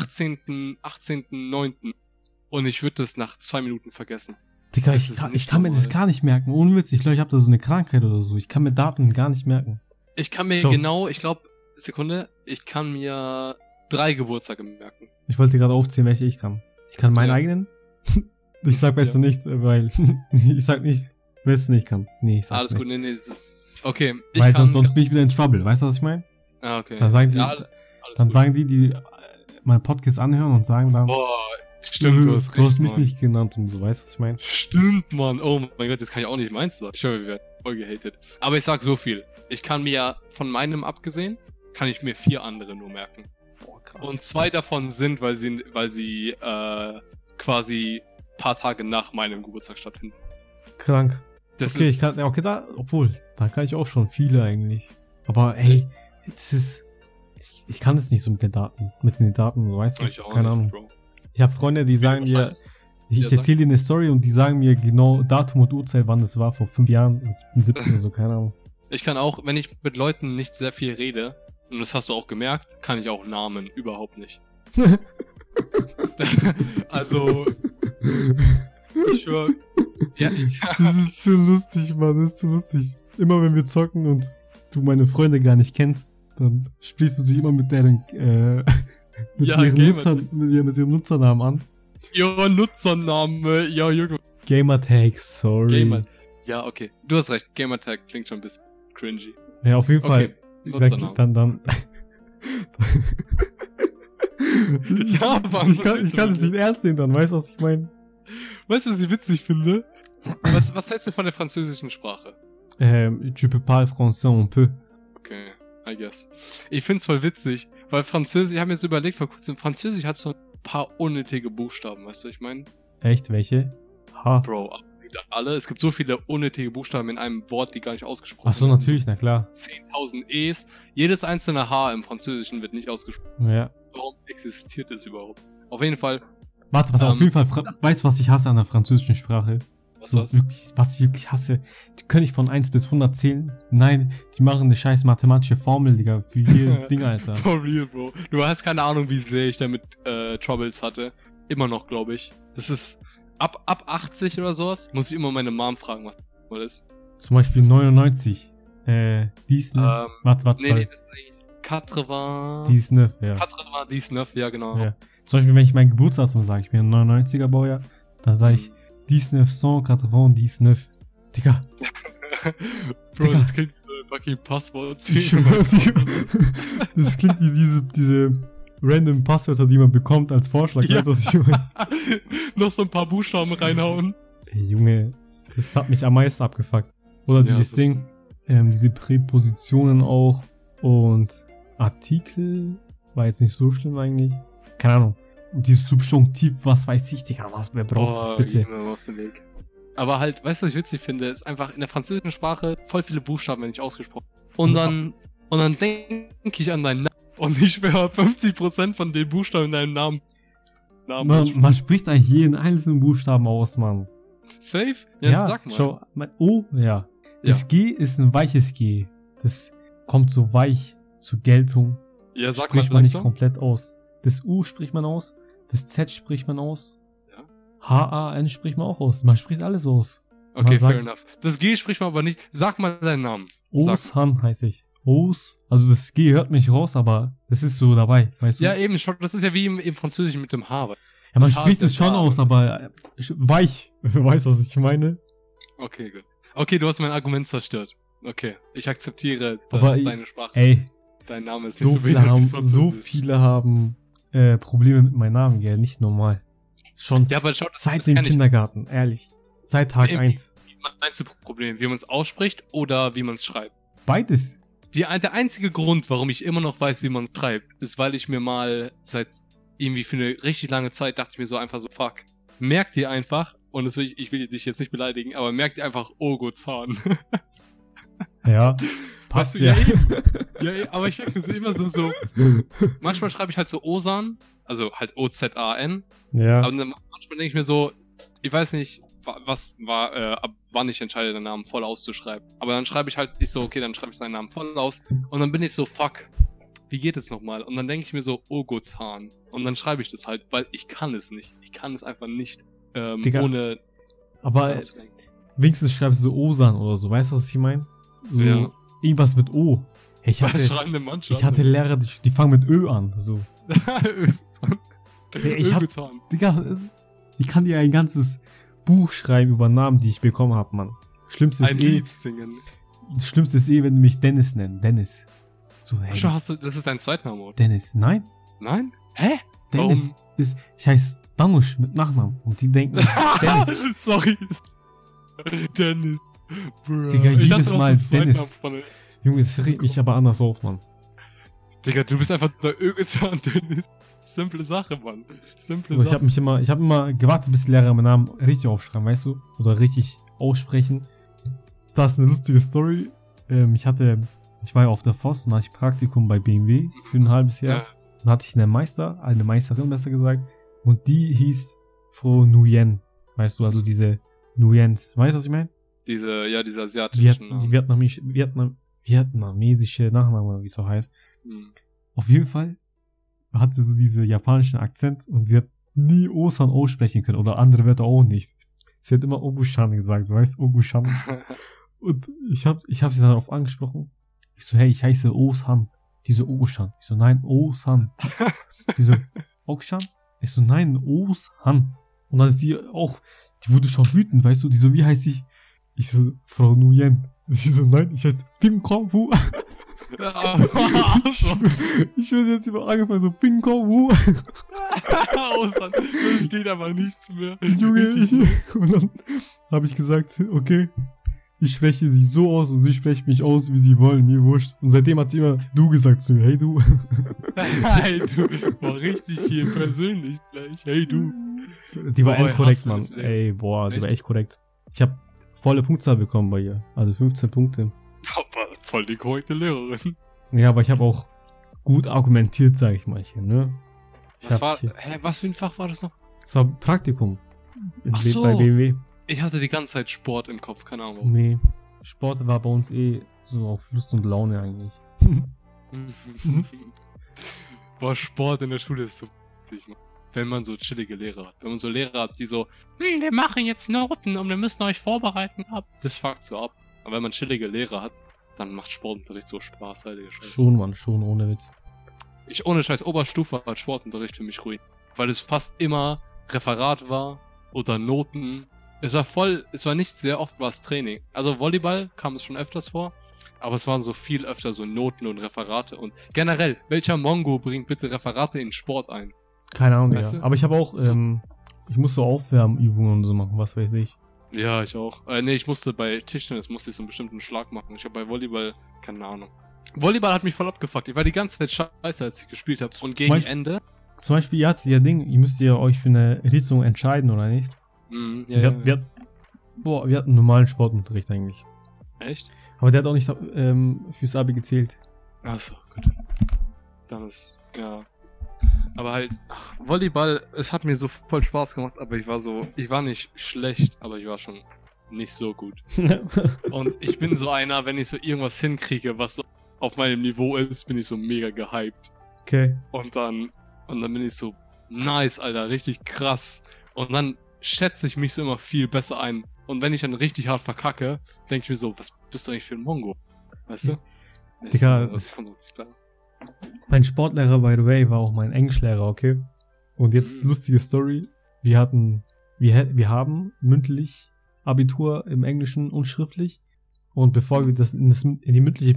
18.9. Und ich würde das nach 2 Minuten vergessen.
Digga, ich kann mir das gar nicht merken. Ohne Witz, ich glaube, ich habe da so eine Krankheit oder so. Ich kann mir Daten gar nicht merken.
Ich kann mir genau, ich glaube, Sekunde, ich kann mir 3 Geburtstage merken.
Ich wollte gerade aufzählen, welche ich kann. Ich kann meinen eigenen. Ich sag besser nicht, weil ich sag nicht, wer es nicht kann. Nee, ich sag's
alles
nicht.
Gut, nee. Okay.
Weil sonst bin ich wieder in Trouble. Weißt du, was ich meine?
Ah, okay.
Dann sagen die,
alles
sagen die meinen Podcast anhören und sagen dann,
boah, stimmt, du
hast mich nicht genannt und so. Weißt du, was ich meine?
Stimmt, Mann. Oh mein Gott, das kann ich auch nicht meins sagen. Ich höre, wir werden voll gehatet. Aber ich sag so viel. Ich kann mir ja von meinem abgesehen, kann ich mir 4 andere nur merken.
Boah, krass.
Und 2 davon sind, weil sie quasi paar Tage nach meinem Geburtstag stattfinden.
Krank.
Das
okay,
ist,
da kann ich auch schon viele eigentlich. Aber ey, ich kann es nicht so mit den Daten, so, weißt du?
ich auch
Keine
nicht,
Ahnung.
Bro.
Ich habe Freunde, die sagen mir, ich erzähle dir eine Story und die sagen mir genau Datum und Uhrzeit, wann das war, vor 5 Jahren, das ist im 7. oder so, keine Ahnung.
Ich kann auch, wenn ich mit Leuten nicht sehr viel rede, und das hast du auch gemerkt, kann ich auch Namen überhaupt nicht. Also, ich schwör, ja,
Das ist zu lustig, Mann, das ist zu lustig. Immer wenn wir zocken und du meine Freunde gar nicht kennst, dann sprichst du sie immer mit ihrem Nutzernamen an.
Ihre Nutzername, ja, Junge.
Gamertag, sorry.
Ja, okay. Du hast recht, Gamertag klingt schon ein bisschen cringy.
Ja, auf jeden Fall.
Nutzernamen.
Dann.
Ja, Mann,
ich kann es nicht ernst nehmen, dann weißt du, was ich meine.
Weißt du, was ich witzig finde? Was hältst du von der französischen Sprache?
Je peux parler français un peu.
Okay, I guess. Ich find's voll witzig, weil Französisch, ich habe mir jetzt überlegt vor kurzem, Französisch hat so ein paar unnötige Buchstaben, weißt du, ich meine?
Echt? Welche? Ha.
Bro, alle. Es gibt so viele unnötige Buchstaben in einem Wort, die gar nicht ausgesprochen
Ach so,
werden.
natürlich, na klar.
10.000 E's. Jedes einzelne H im Französischen wird nicht ausgesprochen.
Ja.
Warum existiert es überhaupt? Auf jeden Fall.
Warte, auf jeden Fall, weißt du, was ich hasse an der französischen Sprache? Was ich wirklich hasse. Die können nicht von 1 bis 100 zählen. Nein, die machen eine scheiß mathematische Formel, Digga, für jedes Ding, Alter.
For real, Bro. Du hast keine Ahnung, wie sehr ich damit Troubles hatte. Immer noch, glaube ich. Das ist ab 80 oder sowas, muss ich immer meine Mom fragen, was das ist.
Zum Beispiel 99. 19. Warte,
nee, das ist eigentlich
19, ja.
19, ja, genau.
Ja. Zum Beispiel, wenn ich mein Geburtsdatum sage, ich bin ein 99er Baujahr, dann sage ich 1999. Digga.
Bro, Digga. Das klingt wie ein fucking Passwort.
Das klingt wie diese random Passwörter, die man bekommt als Vorschlag.
Ja.
Weißt du, was ich meine?
Noch so ein paar Buchstaben reinhauen.
Ey, Junge, das hat mich am meisten abgefuckt. Oder ja, dieses Ding, diese Präpositionen auch und Artikel war jetzt nicht so schlimm eigentlich. Keine Ahnung. Und dieses Subjunktiv, was weiß ich, Digga, wer braucht das bitte?
Weg. Aber halt, weißt du, was ich witzig finde? Ist einfach in der französischen Sprache voll viele Buchstaben, wenn ich ausgesprochen. Und dann denke ich an deinen Namen. Und ich schwöre, 50% von den Buchstaben in deinem Namen.
Man spricht eigentlich jeden einzelnen Buchstaben aus, Mann.
Safe? Ja, sag mal.
Schau, mein O, ja. Das G ist ein weiches G. Das kommt so weich zur Geltung.
Ja, sag
spricht man nicht komplett aus. Das U spricht man aus. Das Z spricht man aus.
Ja.
H-A-N spricht man auch aus. Man spricht alles aus.
Okay, fair enough. Das G spricht man aber nicht. Sag mal deinen Namen.
Osan heiße ich. Also das G hört mich raus, aber das ist so dabei, weißt du?
Ja, eben, das ist ja wie im Französischen mit dem H.
Ja, man spricht es schon aus, aber weich. Weißt du, was ich meine?
Okay, gut. Okay, du hast mein Argument zerstört. Okay, ich akzeptiere, dass deine Sprache, dein Name ist nicht so wenig.
So viele haben Probleme mit meinem Namen, gell, nicht normal. Schon
ja, aber schau,
seit dem Kindergarten, ehrlich. Seit Tag 1.
Wie meinst du Problem? Wie man es ausspricht oder wie man es schreibt?
Beides.
Der einzige Grund, warum ich immer noch weiß, wie man schreibt, ist, weil ich mir mal seit irgendwie für eine richtig lange Zeit dachte ich mir so einfach so, fuck, merk dir einfach, und das ich will dich jetzt nicht beleidigen, aber merk dir einfach Ogozan.
Ja, passt
weißt du, ja. Ja, aber ich denke das immer so, manchmal schreibe ich halt so Osan, also halt O-Z-A-N,
ja.
Aber manchmal denke ich mir so, ich weiß nicht, ab wann ich entscheide, den Namen voll auszuschreiben. Aber dann schreibe ich halt, okay, dann schreibe ich seinen Namen voll aus. Und dann bin ich so, fuck. wie geht es nochmal? Und dann denke ich mir so, Oguzhan. Und dann schreibe ich das halt, weil ich kann es nicht. Ich kann es einfach nicht,
Digga,
ohne...
Aber wenigstens schreibst du so Osan oder so, weißt du, was ich meine? So
Ja.
irgendwas mit O. Ich
Was
hatte,
schreiben denn manche?
ich hatte Lehrer, die fangen mit Ö an, so. Ich hab,
Oguzhan.
Digga, ich kann dir ein ganzes Buch schreiben über Namen, die ich bekommen habe, Mann. Schlimmste ist
Ein Lied singen.
Das Schlimmste ist wenn du mich Dennis nennen. Dennis. So, hey.
Schon hast du, das ist dein Zweitname, oder?
Dennis. Nein?
Nein? Hä?
Dennis ist, ich heiße Danusch mit Nachnamen. Und die denken, Dennis.
Sorry. Dennis. Bro.
Digga,
Ich
jedes
dachte,
Mal
das ist ein
Dennis.
Zweitname von-
Junge, es regt mich aber anders auf, Mann.
Digga, du bist einfach der Ögezahn Dennis. Simple Sache, Mann. Simple
Also
Sache.
ich habe immer gewartet, bis die Lehrer meinen Namen richtig aufschreiben, weißt du? Oder richtig aussprechen. Das ist eine lustige Story. Ich war ja auf der Voss und hatte ich Praktikum bei BMW für ein halbes Jahr.
Ja.
Dann hatte ich eine Meisterin besser gesagt. Und die hieß Frau Nguyen. Weißt du, also diese Nguyens. Weißt du, was ich meine?
Diese asiatischen Namen.
Die vietnamesische Nachname, wie es so heißt.
Hm.
Auf jeden Fall hatte so diese japanischen Akzent und sie hat nie Osan aussprechen können oder andere Wörter auch nicht. Sie hat immer Ogushan gesagt, so weißt du, Ogushan. Und ich hab sie dann darauf angesprochen. Ich so, hey, ich heiße Osan. Die so, Ogushan. Ich so, nein, Osan. Die so, Ogushan? Ich so, nein, Osan. Und dann ist die wurde schon wütend, weißt du, die so, wie heißt ich? Ich so, Frau Nguyen. Sie so, nein, ich heiße Ping Kong Wu. Ich würde jetzt immer angefangen, so Ping Kong Wu.
Ausland. Da steht aber nichts mehr.
Junge, und dann habe ich gesagt, okay, ich spreche sie so aus und sie sprechen mich aus, wie sie wollen, mir wurscht. Und seitdem hat sie immer du gesagt zu mir, hey du.
Hey du, war richtig hier persönlich gleich, hey du.
Die war echt korrekt,
hast du
Mann.
das,
Ey, boah, die
Echt?
war echt korrekt. Ich habe volle Punktzahl bekommen bei ihr, also 15 Punkte.
Aber voll die korrekte Lehrerin.
Ja, aber ich habe auch gut argumentiert, sage ich mal hier, ne?
Was für ein Fach war das noch?
Das war Praktikum.
Ach so.
Bei BMW.
Ich hatte die ganze Zeit Sport im Kopf, keine Ahnung warum.
Nee, Sport war bei uns so auf Lust und Laune eigentlich.
Boah, Sport in der Schule ist so witzig, Mann. Wenn man so chillige Lehrer hat. Wenn man so Lehrer hat, die so, wir machen jetzt Noten und wir müssen euch vorbereiten. Das fuckt so ab. Aber wenn man chillige Lehrer hat, dann macht Sportunterricht so Spaß, heilige Scheiße.
Schon, Mann, schon, ohne Witz.
Ohne Scheiß, Oberstufe hat Sportunterricht für mich ruhig. Weil es fast immer Referat war oder Noten. Es war nicht sehr oft was Training. Also Volleyball kam es schon öfters vor, aber es waren so viel öfter so Noten und Referate. Und generell, welcher Mongo bringt bitte Referate in Sport ein?
Keine Ahnung,
Weißt
ja.
du?
Aber ich habe auch, ich muss so Aufwärmübungen und so machen, was weiß ich.
Ja, ich auch. Ich musste bei Tischtennis so einen bestimmten Schlag machen. Ich habe bei Volleyball, keine Ahnung. Volleyball hat mich voll abgefuckt. Ich war die ganze Zeit scheiße, als ich gespielt habe. Und gegen Ende...
Zum Beispiel, ihr hattet ja ihr müsst ja euch für eine Richtung entscheiden, oder nicht?
Wir
Wir hatten normalen Sportunterricht eigentlich.
Echt?
Aber der hat auch nicht fürs Abi gezählt.
Achso, gut. Dann ist, ja. Aber halt, Volleyball, es hat mir so voll Spaß gemacht, aber ich war nicht schlecht, aber ich war schon nicht so gut. Und ich bin so einer, wenn ich so irgendwas hinkriege, was so auf meinem Niveau ist, bin ich so mega gehypt.
Okay.
Und dann bin ich so, nice, Alter, richtig krass. Und dann schätze ich mich so immer viel besser ein. Und wenn ich dann richtig hart verkacke, denke ich mir so, was bist du eigentlich für ein Mongo? Weißt du?
Digga,
das kommt doch nicht klar.
Mein Sportlehrer, by the way, war auch mein Englischlehrer, okay? Und jetzt lustige Story. Wir haben mündlich Abitur im Englischen und schriftlich. Und bevor wir in die mündliche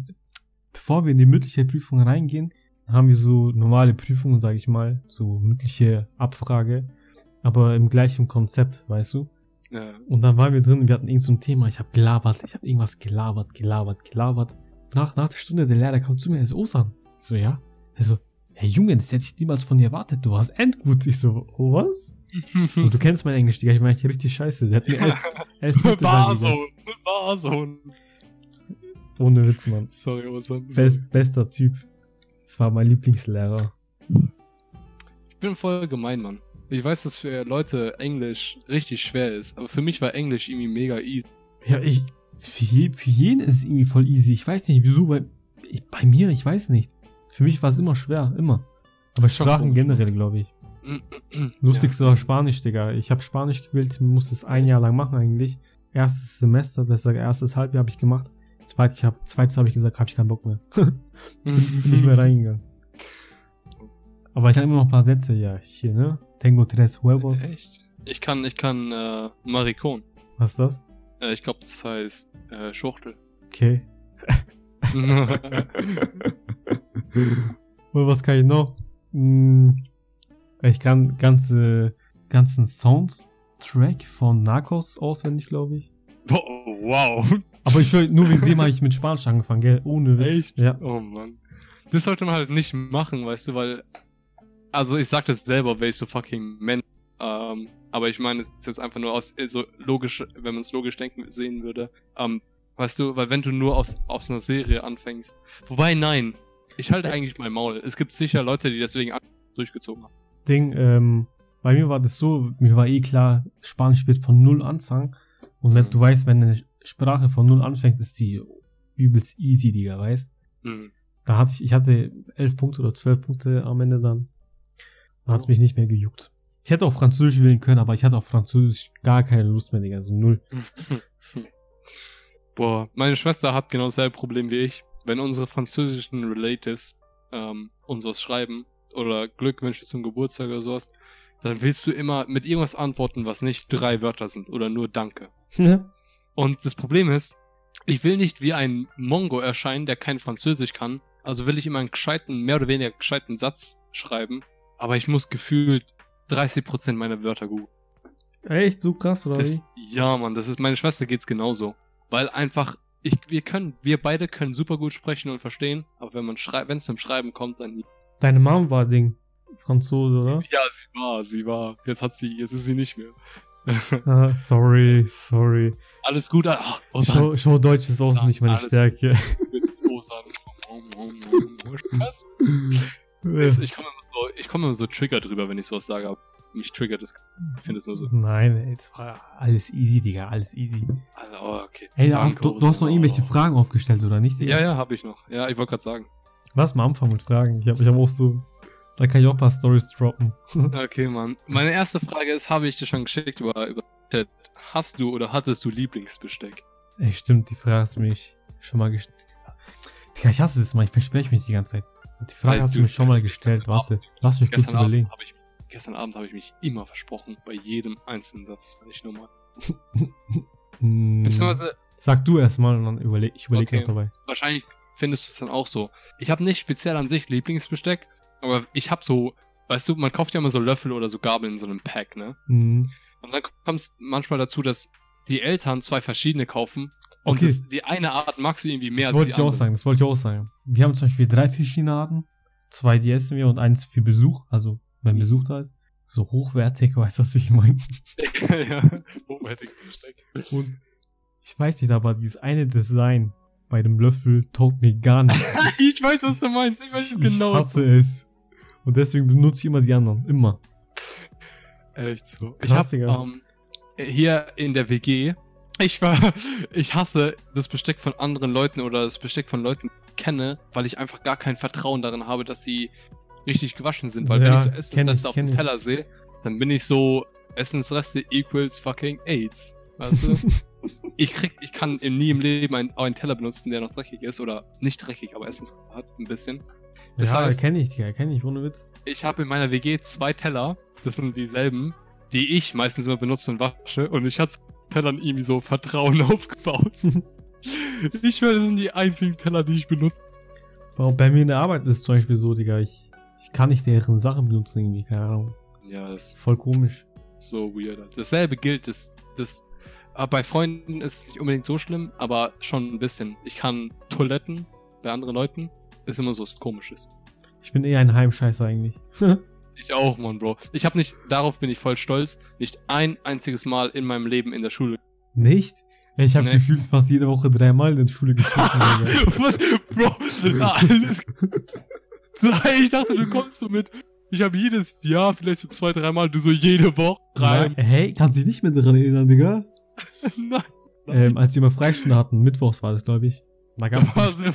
Prüfung reingehen, haben wir so normale Prüfungen, sage ich mal, so mündliche Abfrage, aber im gleichen Konzept, weißt du?
Ja.
Und dann waren wir drin, wir hatten irgend so ein Thema, ich habe irgendwas gelabert. Nach der Stunde, der Lehrer kam zu mir, er so, Osan. Ich so, ja? Er so, hey Junge, das hätte ich niemals von dir erwartet, du warst endgut. Ich so, oh, was? Und du kennst mein Englisch, Digga, ich meine richtig scheiße. Der hat mir 11 Punkte
War so.
Ohne Witz, Mann.
Sorry, Osan.
Bester Typ. Das war mein Lieblingslehrer.
Ich bin voll gemein, Mann. Ich weiß, dass für Leute Englisch richtig schwer ist, aber für mich war Englisch irgendwie mega easy.
Ja, für jeden ist es irgendwie voll easy. Ich weiß nicht, wieso bei mir, ich weiß nicht. Für mich war es immer schwer, immer. Aber Sprachen generell, glaube ich. Lustigste war Spanisch, Digga. Ich habe Spanisch gewählt, musste es 1 Jahr lang machen eigentlich. Erstes Semester, besser erstes Halbjahr habe ich gemacht. Zweites habe ich gesagt, habe ich keinen Bock mehr. bin nicht mehr reingegangen. Aber ich habe immer noch ein paar Sätze, ja. Hier, ne? Tengo tres huevos.
Echt? Ich kann Maricon.
Was ist das?
Ich glaube, das heißt Schwuchtel.
Okay. Und was kann ich noch? Ich kann ganzen Soundtrack von Narcos auswendig, glaube ich.
Oh, wow.
Aber nur wegen dem habe ich mit Spanisch angefangen, gell? Ohne Witz.
Echt?
Ja.
Oh Mann. Das sollte man halt nicht machen, weißt du, weil, also ich sag das selber, weil ich so fucking Mensch, aber ich meine, es ist jetzt einfach nur aus, so logisch, wenn man es logisch denken sehen würde, weißt du, weil wenn du nur aus einer Serie anfängst, wobei nein, ich halte eigentlich mein Maul. Es gibt sicher Leute, die deswegen durchgezogen haben.
Bei mir war das so, mir war eh klar, Spanisch wird von 0 anfangen. Und wenn du weißt, wenn eine Sprache von 0 anfängt, ist die übelst easy, Digga, weißt? Da hatte 11 Punkte oder 12 Punkte am Ende dann. Da hat's mich nicht mehr gejuckt. Ich hätte auch Französisch wählen können, aber ich hatte auf Französisch gar keine Lust mehr, Digga, so 0.
Boah, meine Schwester hat genau dasselbe Problem wie ich. Wenn unsere französischen Relatives uns was schreiben oder Glückwünsche zum Geburtstag oder sowas, dann willst du immer mit irgendwas antworten, was nicht 3 Wörter sind oder nur Danke.
Ja.
Und das Problem ist, ich will nicht wie ein Mongo erscheinen, der kein Französisch kann, also will ich immer einen mehr oder weniger gescheiten Satz schreiben, aber ich muss gefühlt 30% meiner Wörter googeln.
Echt? So krass, oder wie?
Ja, Mann, meine Schwester geht's genauso. Weil einfach, wir beide können super gut sprechen und verstehen, aber wenn es zum Schreiben kommt, dann nie.
Deine Mom war Franzose, oder?
Ja, sie war. Jetzt ist sie nicht mehr.
Sorry.
Alles gut.
Show Deutsch ist auch nicht meine Stärke.
Ich komme immer so Trigger drüber, wenn ich sowas sage, aber mich triggert es. Ich finde es nur so.
Nein, ey, das war alles easy, Digga, alles easy.
Also, okay.
Hey, du hast noch irgendwelche Fragen aufgestellt, oder nicht, Digga?
Ja, hab ich noch. Ja, ich wollte gerade sagen.
Lass mal anfangen mit Fragen. Ich hab auch so, da kann ich auch ein paar Stories droppen.
Okay, Mann. Meine erste Frage ist, habe ich dir schon geschickt über Chat. Hast du oder hattest du Lieblingsbesteck?
Ey, stimmt, die Frage hast du mich schon mal gestellt. Digga, ich hasse das mal, ich verspreche mich die ganze Zeit. Die Frage hast du mir schon mal gestellt, warte. Lass mich kurz überlegen.
Gestern Abend habe ich mich immer versprochen, bei jedem einzelnen Satz, wenn ich nur mal.
Beziehungsweise. Sag du erstmal und dann überleg noch dabei.
Wahrscheinlich findest du es dann auch so. Ich habe nicht speziell an sich Lieblingsbesteck, aber ich habe so, weißt du, man kauft ja immer so Löffel oder so Gabeln in so einem Pack, ne? Und dann kommt es manchmal dazu, dass die Eltern 2 verschiedene kaufen und die eine Art magst du irgendwie mehr als die andere.
Das wollte ich auch sagen. Wir haben zum Beispiel 3 verschiedene Arten. 2, die essen wir und 1 für Besuch, also wenn Besuch da ist. So hochwertig, weißt du, was ich meine?
Ja, hochwertig Besteck.
Und ich weiß nicht, aber dieses eine Design bei dem Löffel taugt mir gar nicht.
Ich weiß, was du meinst. Ich weiß es genau.
Ich hasse es. Und deswegen benutze ich immer die anderen. Immer.
Echt so.
Krass,
ich hab, hier in der WG, ich hasse das Besteck von anderen Leuten oder das Besteck von Leuten, die ich kenne, weil ich einfach gar kein Vertrauen darin habe, dass sie richtig gewaschen sind. Weil wenn ich so Essensreste auf dem Teller sehe, dann bin ich so, Essensreste equals fucking AIDS. Weißt du? Ich kann nie im Leben einen Teller benutzen, der noch dreckig ist oder nicht dreckig, aber Essensreste hat ein bisschen.
Das heißt, erkenne ich, ohne Witz.
Ich habe in meiner WG 2 Teller, das sind dieselben, die ich meistens immer benutze und wasche und ich hatte Tellern irgendwie so Vertrauen aufgebaut. Ich schwöre, das sind die einzigen Teller, die ich benutze.
Bei mir in der Arbeit ist es zum Beispiel so, Digga, ich kann nicht deren Sachen benutzen irgendwie, keine Ahnung.
Ja, das ist
voll komisch.
So weird. Dasselbe gilt, bei Freunden ist es nicht unbedingt so schlimm, aber schon ein bisschen. Ich kann Toiletten bei anderen Leuten, ist immer so was Komisches.
Ich bin eher ein Heimscheißer eigentlich.
Ich auch, Mann, Bro. Darauf bin ich voll stolz, nicht ein einziges Mal in meinem Leben in der Schule.
Nicht? Ich habe gefühlt fast jede Woche 3 Mal in der Schule geschissen.
Was? Bro, alles. Ich dachte, du kommst so mit. Ich habe jedes Jahr vielleicht so 2, 3 Mal, du so jede Woche rein.
Hey, kannst du dich nicht mehr daran erinnern, Digga?
Nein.
Als wir mal Freistunde hatten, mittwochs war das, glaube ich. Da gab's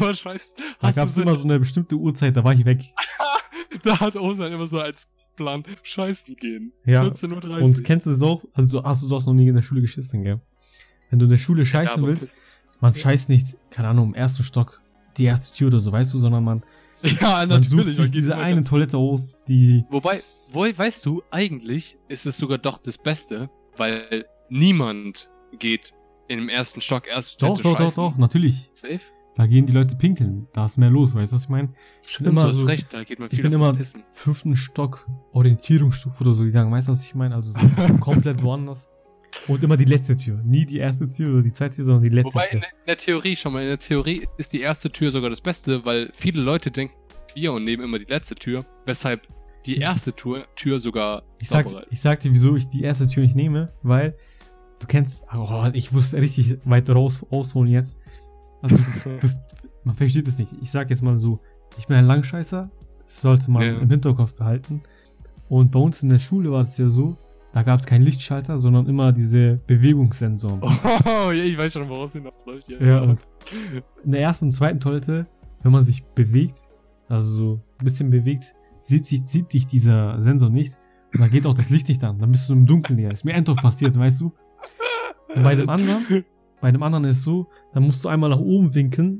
immer so eine bestimmte Uhrzeit, da war ich weg.
Da hat Osan immer so als Plan scheißen gehen.
Ja.
14:30 Uhr.
Und kennst du das auch? Also du hast noch nie in der Schule geschissen, gell? Wenn du in der Schule scheißen willst, man scheißt nicht, keine Ahnung, im ersten Stock, die erste Tür oder so, weißt du, sondern man sucht sich diese eine Toilette aus, die...
Wobei, weißt du, eigentlich ist es sogar doch das Beste, weil niemand geht in dem ersten Stock erst
Doch, natürlich.
Safe?
Da gehen die Leute pinkeln, da ist mehr los, weißt du, was ich meine?
Stimmt, du hast recht, da geht man viel
immer
pissen.
5. Stock Orientierungsstufe oder so gegangen, weißt du, was ich meine? Also so komplett woanders. Und immer die letzte Tür. Nie die erste Tür oder die zweite Tür, sondern die letzte Tür.
Wobei in der Theorie ist die erste Tür sogar das Beste, weil viele Leute denken, und nehmen immer die letzte Tür, weshalb die erste Tür sogar sauberer ist.
Ich sag dir, wieso ich die erste Tür nicht nehme, weil du kennst, ich muss richtig weit ausholen jetzt. Also, man versteht es nicht. Ich sag jetzt mal so, ich bin ein Langscheißer, das sollte man im Hinterkopf behalten. Und bei uns in der Schule war es ja so, da gab es keinen Lichtschalter, sondern immer diese Bewegungssensoren.
Oh, ja, ich weiß schon, woraus hinausläuft.
Ja, und in der ersten und zweiten Toilette, wenn man sich bewegt, also so ein bisschen bewegt, sieht dich dieser Sensor nicht. Und da geht auch das Licht nicht an. Dann bist du im Dunkeln hier. Ist mir endlich passiert, weißt du? Und bei dem anderen ist es so, dann musst du einmal nach oben winken,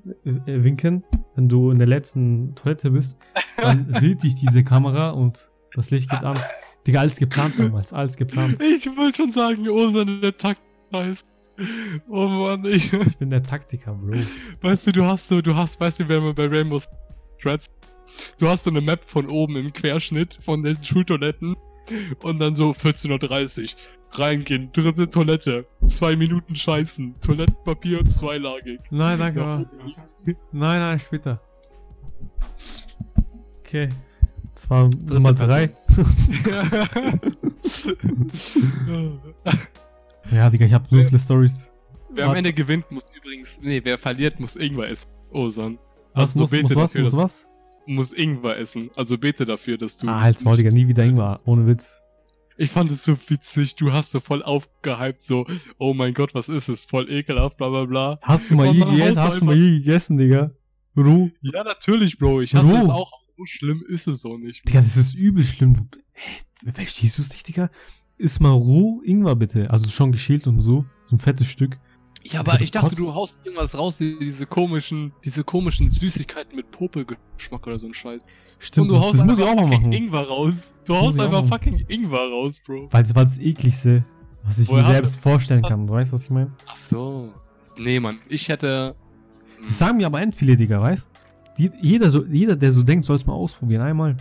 wenn du in der letzten Toilette bist. Dann sieht dich diese Kamera und das Licht geht an. Digga, alles geplant damals, alles geplant.
Ich wollte schon sagen, Osan, der Taktiker. Oh Mann, ich
bin der Taktiker, Bro.
Weißt du, weißt du, wenn man bei Rainbow Threads, du hast so eine Map von oben im Querschnitt von den Schultoiletten und dann so 14:30 Uhr reingehen, 3. Toilette, 2 Minuten scheißen, Toilettenpapier 2-lagig.
Nein, danke. Nein, später. Okay. Das war Nummer 3. Ja, Digga, ich hab so viele Storys.
Wer am Ende gewinnt, muss übrigens, wer verliert, muss Ingwer essen. Osan.
Was, muss was?
Muss Ingwer essen. Also bete dafür, dass du...
Halt's Maul, Digga, nie wieder Ingwer. Ohne Witz.
Ich fand es so witzig. Du hast so voll aufgehypt, so, oh mein Gott, was ist es? Voll ekelhaft, bla bla bla.
Hast du mal je gegessen, Digga? Roh?
Ja, natürlich, Bro. Ich hasse es auch. So schlimm ist es auch nicht.
Digga, das ist übel schlimm. Verstehst du es nicht, Digga? Iss mal roh Ingwer bitte. Also schon geschält und so. So ein fettes Stück.
Ja, aber ich dachte, du haust irgendwas raus, diese komischen Süßigkeiten mit Popelgeschmack oder so ein Scheiß.
Stimmt,
und du haust
das muss ich auch mal machen.
Ingwer raus. Du haust einfach fucking Ingwer raus, Bro.
Weil das war das ekligste, was ich mir selbst vorstellen kann. Du weißt, was ich meine?
Ach so. Nee, Mann. Ich hätte...
Das sagen mir aber end viele, Digga, weißt? Jeder, der so denkt, soll es mal ausprobieren. Einmal.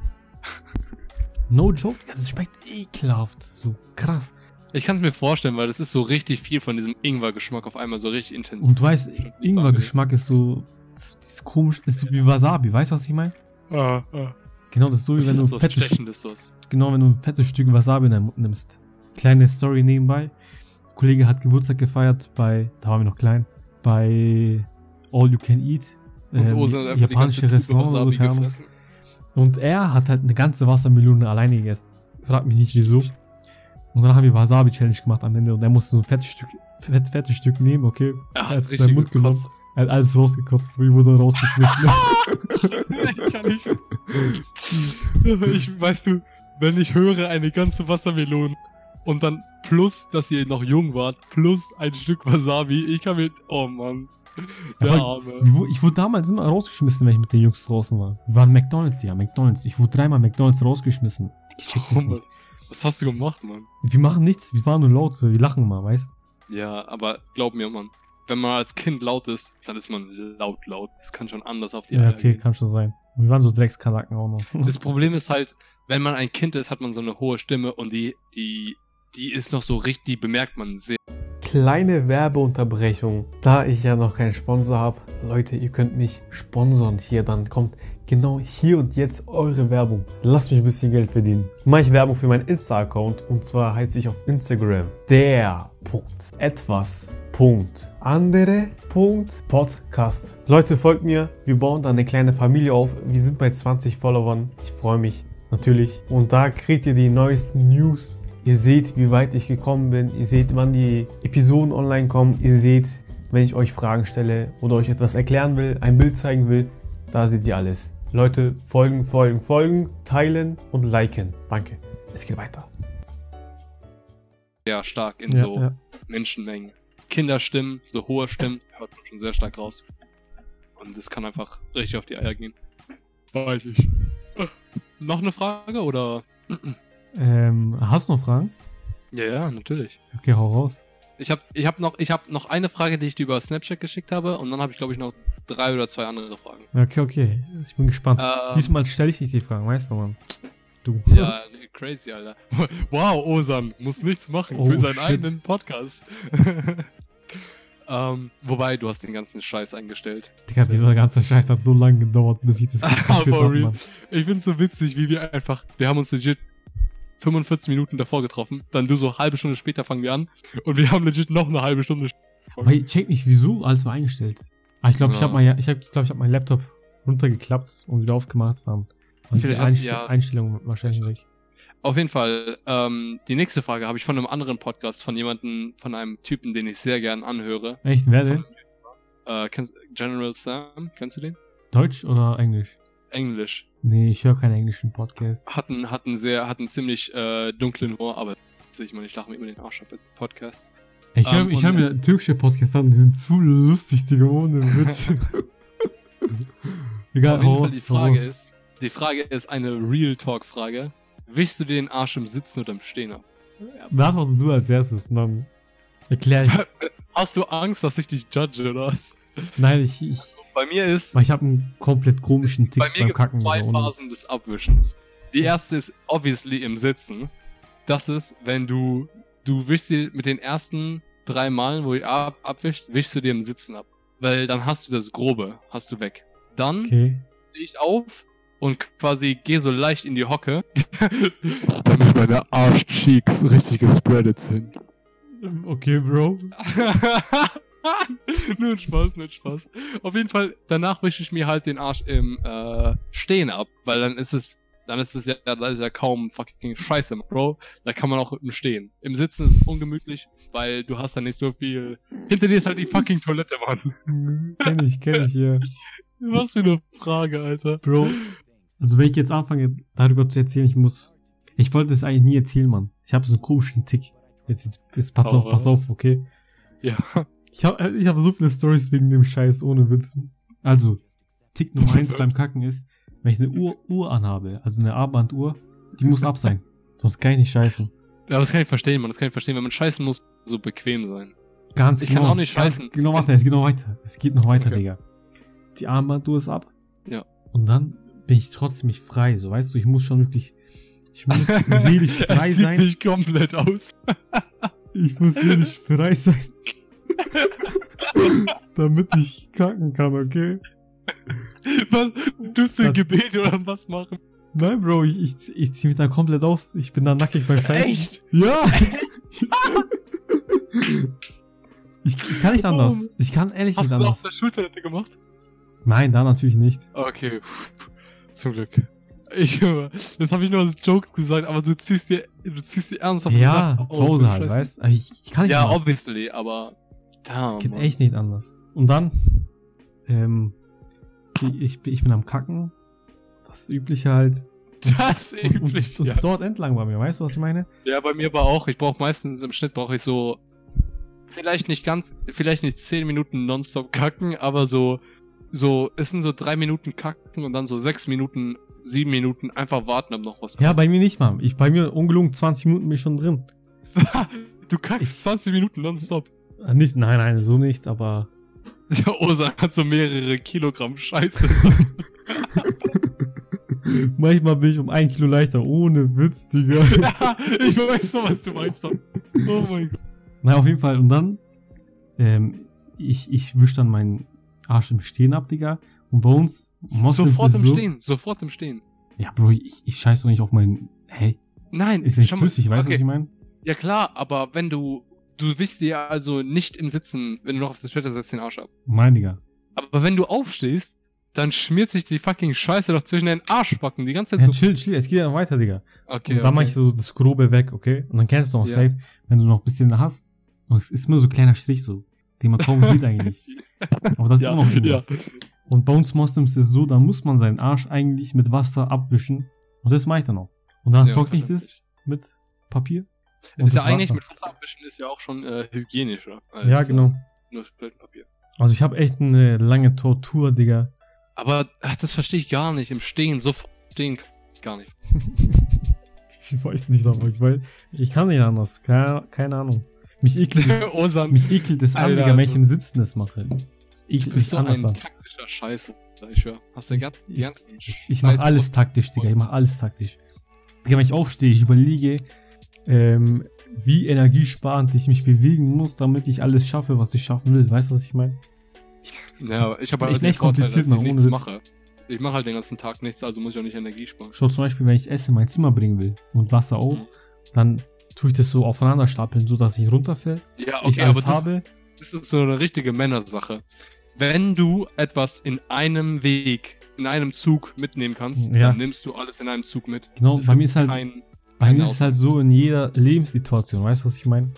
No joke, Digga. Das schmeckt ekelhaft. So krass.
Ich kann es mir vorstellen, weil das ist so richtig viel von diesem Ingwer-Geschmack auf einmal so richtig intensiv.
Und du weißt, Ingwer-Geschmack ist so, das ist komisch, ist so wie Wasabi, weißt du, was ich meine? Genau, das ist so, wie wenn du ein fettes Stück Wasabi in deinen Mund nimmst. Kleine Story nebenbei. Ein Kollege hat Geburtstag gefeiert da waren wir noch klein, bei All You Can Eat, japanische Restaurant oder so, keine Ahnung. Und er hat halt eine ganze Wassermelone alleine gegessen. Frag mich nicht wieso. Und dann haben wir Wasabi-Challenge gemacht am Ende und er musste so ein fettes Stück nehmen, okay?
Er hat seinen Mund genommen.
Er hat alles rausgekotzt, ich wurde rausgeschmissen.
Ich kann nicht. Weißt du, wenn ich höre eine ganze Wassermelone und dann plus, dass ihr noch jung wart, plus ein Stück Wasabi, ich kann mir, oh Mann. Der Arme.
Ich wurde damals immer rausgeschmissen, wenn ich mit den Jungs draußen war. Wir waren McDonald's. Ich wurde 3-mal McDonald's rausgeschmissen. Ich check das nicht.
Was hast du gemacht, Mann?
Wir machen nichts, wir waren nur laut, wir lachen mal, weißt du?
Ja, aber glaub mir, Mann, wenn man als Kind laut ist, dann ist man laut. Das kann schon anders auf die
Eier gehen. Kann schon sein. Wir waren so Dreckskanaken auch noch.
Das Problem ist halt, wenn man ein Kind ist, hat man so eine hohe Stimme und die ist noch so richtig, die bemerkt man sehr.
Kleine Werbeunterbrechung, da ich ja noch keinen Sponsor habe. Leute, ihr könnt mich sponsern hier, dann kommt genau hier und jetzt eure Werbung. Lasst mich ein bisschen Geld verdienen. Mache ich Werbung für meinen Insta-Account und zwar heiße ich auf Instagram der.etwas.andere.podcast. Leute, folgt mir, wir bauen da eine kleine Familie auf. Wir sind bei 20 Followern. Ich freue mich natürlich. Und da kriegt ihr die neuesten News. Ihr seht, wie weit ich gekommen bin. Ihr seht, wann die Episoden online kommen. Ihr seht, wenn ich euch Fragen stelle oder euch etwas erklären will, ein Bild zeigen will, da seht ihr alles. Leute, folgen, teilen und liken. Danke. Es geht weiter.
Ja, stark in Menschenmengen. Kinderstimmen, so hohe Stimmen, hört man schon sehr stark raus. Und das kann einfach richtig auf die Eier gehen. Weiß ich. Noch eine Frage, oder?
Hast du noch Fragen?
Ja, natürlich.
Okay, hau raus.
Ich hab noch eine Frage, die ich dir über Snapchat geschickt habe, und dann habe ich, glaube ich, noch 3 oder 2 andere Fragen.
Okay. Ich bin gespannt. Diesmal stelle ich nicht die Fragen, weißt du, Mann. Du.
Ja, crazy, Alter. Wow, Osan muss nichts machen für seinen eigenen Podcast. Wobei, du hast den ganzen Scheiß eingestellt.
Digga, dieser ganze Scheiß hat so lange gedauert, bis ich das kapiert habe, Mann.
Ich find's so witzig, wie wir haben uns legit 45 Minuten davor getroffen, dann du so halbe Stunde später fangen wir an und wir haben legit noch eine halbe Stunde.
Aber ich check nicht, wieso alles war eingestellt. Ich glaube, ich habe meinen Laptop runtergeklappt und wieder aufgemacht. Dann die Einstellungen wahrscheinlich weg.
Auf jeden Fall, die nächste Frage habe ich von einem anderen Podcast, von einem Typen, den ich sehr gern anhöre.
Echt, wer denn?
General Sam, kennst du den?
Deutsch oder Englisch?
Englisch.
Nee, ich höre keinen englischen Podcast.
Hat einen ziemlich dunklen Humor, aber ich meine, ich lache mir über den Arsch ab als Podcast.
Ich höre mir türkische Podcasts an, die sind zu lustig, Digga, ohne Witz. Egal,
auf jeden Fall die Frage ist eine Real Talk Frage. Wischst du dir den Arsch im Sitzen oder im Stehen ab?
Beantworte du als erstes, und dann erklär ich.
Hast du Angst, dass ich dich judge, oder was?
Nein,
bei mir ist...
Ich habe einen komplett komischen Tick beim Kacken.
Bei mir gibt es 2 Phasen des Abwischens. Die erste ist obviously im Sitzen. Das ist, wenn du wischst dir mit den ersten 3 Malen, wo du abwischst, wischst du dir im Sitzen ab. Weil dann hast du das Grobe, hast du weg. Dann stehe ich auf und quasi gehe so leicht in die Hocke, damit meine Arschcheeks richtig gespreadet sind.
Okay, Bro.
Nur ein Spaß. Auf jeden Fall, danach wische ich mir halt den Arsch im Stehen ab, weil dann ist es ja kaum fucking Scheiße, Bro. Da kann man auch im Stehen. Im Sitzen ist es ungemütlich, weil du hast da nicht so viel... Hinter dir ist halt die fucking Toilette, Mann.
Kenn ich, ja.
Was für eine Frage, Alter.
Bro, also wenn ich jetzt anfange, darüber zu erzählen, ich wollte das eigentlich nie erzählen, Mann. Ich habe so einen komischen Tick. Jetzt pass auf, okay?
Ja.
Ich hab so viele Storys wegen dem Scheiß, ohne Witz. Also, Tick Nummer 1 beim Kacken ist, wenn ich eine Uhr anhabe, also eine Armbanduhr, die muss ab sein. Sonst kann ich nicht scheißen.
Ja, das kann ich verstehen, Mann. Wenn man scheißen muss, so bequem sein.
Ganz genau.
Ich kann auch nicht scheißen.
Genau, warte, es geht noch weiter. Es geht noch weiter, okay. Digga. Die Armbanduhr ist ab.
Ja.
Und dann bin ich trotzdem nicht frei, so, weißt du, ich muss seelisch frei sein.
Sieht nicht komplett aus.
Ich muss seelisch frei sein. Damit ich kacken kann, okay?
Was? Tust du ein Gebet oder was machen?
Nein, Bro, ich zieh mich da komplett aus. Ich bin da nackig beim Scheißen.
Echt?
Ja! Ich kann nicht anders. Ich kann ehrlich nicht anders.
Hast du das auf der Schultoilette gemacht?
Nein, da natürlich nicht.
Okay. Zum Glück. Das habe ich nur als Joke gesagt, aber du ziehst dir ernsthaft
ja, zu Hause halt, weißt du? Ich kann nicht anders.
Ja, obviously, aber...
Das geht echt nicht anders. Und dann, ich bin am Kacken. Das Übliche halt. Und es dauert entlang bei mir, weißt du, was ich meine?
Ja, bei mir aber auch. Ich brauche meistens, im Schnitt brauche ich so, vielleicht nicht 10 Minuten nonstop kacken, aber so, es sind so 3 Minuten kacken und dann so 6 Minuten, 7 Minuten einfach warten, ob noch was kommt.
Ja, bei mir nicht, Mann. Bei mir ungelogen 20 Minuten bin ich schon drin.
Du kackst 20 Minuten nonstop.
Nein, so nicht, aber...
Der Osan hat so mehrere Kilogramm Scheiße.
Manchmal bin ich um 1 Kilo leichter, ohne Witz, Digga.
Ja, ich weiß so, was du meinst. Oh mein Gott.
Na, auf jeden Fall. Und dann, ich wisch dann meinen Arsch im Stehen ab, Digga. Und bei uns...
Sofort im Stehen.
Ja, Bro, ich scheiß doch nicht auf meinen... Hey.
Nein.
Ist nicht flüssig, weißt du, was ich meine?
Ja klar, aber wenn du wischst dir also nicht im Sitzen, wenn du noch auf der Toilette setzt, den Arsch ab.
Mein Digga.
Aber wenn du aufstehst, dann schmiert sich die fucking Scheiße doch zwischen den Arschbacken die ganze Zeit
ja, so. Chill, es geht ja weiter, Digga.
Okay.
Und dann mach ich so das Grobe weg, okay? Und dann kennst du auch safe, wenn du noch ein bisschen hast, und es ist immer so ein kleiner Strich so, den man kaum sieht eigentlich. Aber das ist immer noch irgendwas. Ja. Und bei uns Moslems ist es so, da muss man seinen Arsch eigentlich mit Wasser abwischen. Und das mache ich dann auch. Und dann trockne ich das mit Papier.
Und ist ja eigentlich Wasser. Mit Wasser abwischen ist ja auch schon hygienischer. Als,
ja, genau.
Nur Papier.
Also ich habe echt eine lange Tortur, Digga.
Aber das verstehe ich gar nicht. Im Stehen, so stehen gar nicht.
Ich weiß nicht, aber ich kann nicht anders. Keine Ahnung. Mich ekelt es an, Digga, wenn ich im Sitzen das mache. Das ekelt mich
so
anders an.
Taktischer Scheiße, ich schwör. Hast du
ich mach alles taktisch, Digga. Ich mach alles taktisch. Digga, wenn ich aufstehe, ich überlege, wie energiesparend ich mich bewegen muss, damit ich alles schaffe, was ich schaffen will. Weißt du, was ich meine?
Ja, ich habe halt
echt kompliziert
dass ich nichts mache. Ich mache halt den ganzen Tag nichts, also muss ich auch nicht Energie sparen.
Schau, zum Beispiel, wenn ich Essen in mein Zimmer bringen will und Wasser auch, dann tue ich das so aufeinander stapeln, so dass es nicht runterfällt.
Ja, okay, ich alles aber das ist so eine richtige Männersache. Wenn du etwas in einem Zug mitnehmen kannst, dann nimmst du alles in einem Zug mit.
Genau, bei mir ist es halt so in jeder Lebenssituation, weißt du, was ich meine?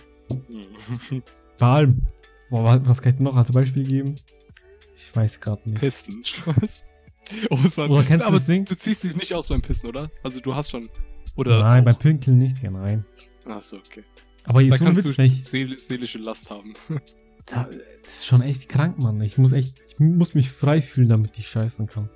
Bei allem. Boah, was kann ich dir noch als Beispiel geben? Ich weiß gerade nicht.
Pissen,
oder kennst du das Ding?
Du ziehst dich nicht aus beim Pissen, oder? Also du hast schon... Oder
nein, beim Pinkeln nicht, ja, nein.
Achso, okay.
Aber jetzt
da kannst du seelische Last haben.
Das ist schon echt krank, Mann. Ich muss mich frei fühlen, damit ich scheißen kann.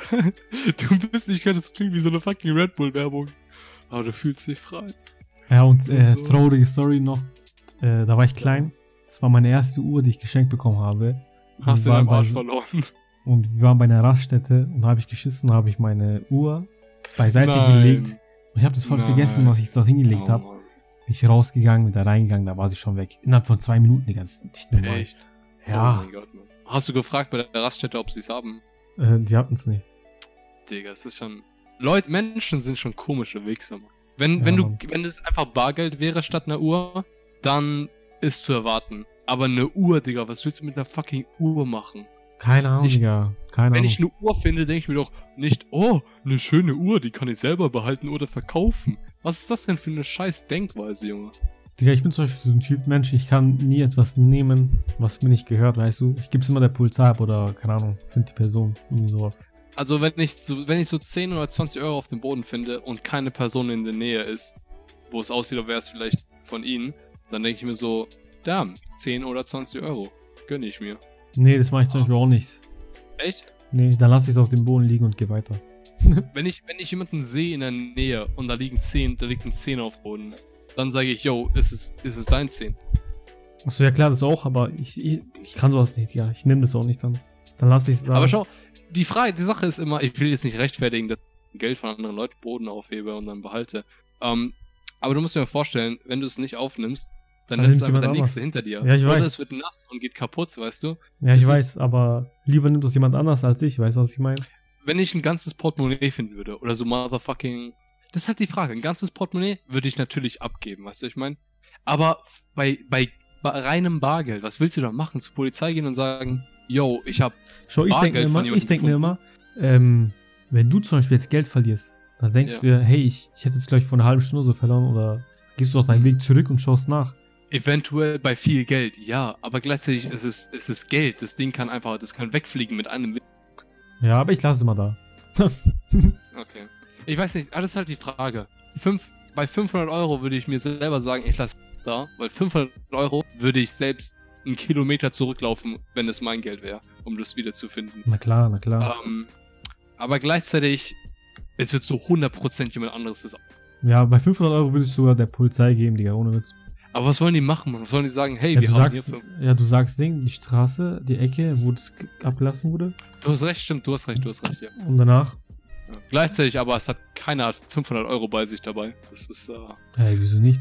Ich könnte das klingt wie so eine fucking Red Bull-Werbung. Aber du fühlst dich frei.
Ja, und traurige Story noch. Da war ich klein. Das war meine erste Uhr, die ich geschenkt bekommen habe.
Hast du deinen Arsch verloren?
Und wir waren bei einer Raststätte und da habe ich geschissen, habe ich meine Uhr beiseite gelegt. Und ich habe das voll vergessen, was ich da hingelegt habe. Bin ich rausgegangen, wieder reingegangen, da war sie schon weg. Innerhalb von 2 Minuten, Digga, das ist nicht normal.
Echt?
Ja.
Oh mein Gott, Mann. Hast du gefragt bei der Raststätte, ob sie es haben?
Die hatten es nicht.
Digga, es ist schon... Menschen sind schon komische Wichser, Mann. Wenn es einfach Bargeld wäre statt einer Uhr, dann ist zu erwarten. Aber eine Uhr, Digga, was willst du mit einer fucking Uhr machen?
Keine Ahnung, Digga.
Wenn ich eine Uhr finde, denke ich mir doch nicht, oh, eine schöne Uhr, die kann ich selber behalten oder verkaufen. Was ist das denn für eine scheiß Denkweise, Junge?
Digga, ich bin zum Beispiel so ein Typ Mensch, ich kann nie etwas nehmen, was mir nicht gehört, weißt du? Ich gebe es immer der Polizei ab oder, keine Ahnung, finde die Person, irgendwie sowas.
Also wenn ich so 10 oder 20 Euro auf dem Boden finde und keine Person in der Nähe ist, wo es aussieht, als wäre es vielleicht von ihnen, dann denke ich mir so, damn, 10 oder 20 Euro, gönne ich mir. Nee,
das mache ich zum Beispiel auch nicht.
Echt?
Nee, dann lasse ich es auf dem Boden liegen und gehe weiter.
Wenn ich jemanden sehe in der Nähe und da liegt ein 10 auf dem Boden, dann sage ich, yo, ist es dein 10?
Achso, ja klar, das auch, aber ich kann sowas nicht, ja. Ich nehme das auch nicht dann. Dann lasse ich es sagen.
Aber schau, die Sache ist immer, ich will jetzt nicht rechtfertigen, dass ich Geld von anderen Leuten Boden aufhebe und dann behalte. Aber du musst dir mal vorstellen, wenn du es nicht aufnimmst, dann nimmst du einfach der Nächste hinter dir.
Ja, ich weiß.
Oder es wird nass und geht kaputt, weißt du?
Ja, ich weiß, aber lieber nimmt das jemand anders als ich, weißt du, was ich meine?
Wenn ich ein ganzes Portemonnaie finden würde, oder so motherfucking... Das ist halt die Frage, ein ganzes Portemonnaie würde ich natürlich abgeben, weißt du, ich meine? Aber bei reinem Bargeld, was willst du da machen? Zur Polizei gehen und sagen, yo, ich hab
Bargeld von jemandem. Ich denke mir immer, wenn du zum Beispiel jetzt Geld verlierst, dann denkst du dir, hey, ich hätte jetzt gleich vor einer halben Stunde so verloren, oder gehst du auf deinen Weg zurück und schaust nach.
Eventuell bei viel Geld, ja, aber gleichzeitig ist es Geld. Das Ding kann wegfliegen mit einem Weg.
Ja, aber ich lasse es mal da.
Okay. Ich weiß nicht, alles halt die Frage. Bei 500 Euro würde ich mir selber sagen, ich lasse es da, weil 500 Euro würde ich selbst einen Kilometer zurücklaufen, wenn es mein Geld wäre, um das wiederzufinden.
Na klar.
Aber gleichzeitig, es wird so 100% jemand anderes das.
Ja, bei 500 Euro würde ich sogar der Polizei geben, Digga, ohne Witz.
Aber was wollen die machen, Mann? Was wollen die sagen? Hey,
wir haben hier... Ja, du sagst die Straße, die Ecke, wo das abgelassen wurde.
Du hast recht, stimmt, du hast recht, ja.
Und danach?
Ja. Gleichzeitig aber, keiner hat 500 Euro bei sich dabei. Das ist,
Hey, wieso nicht?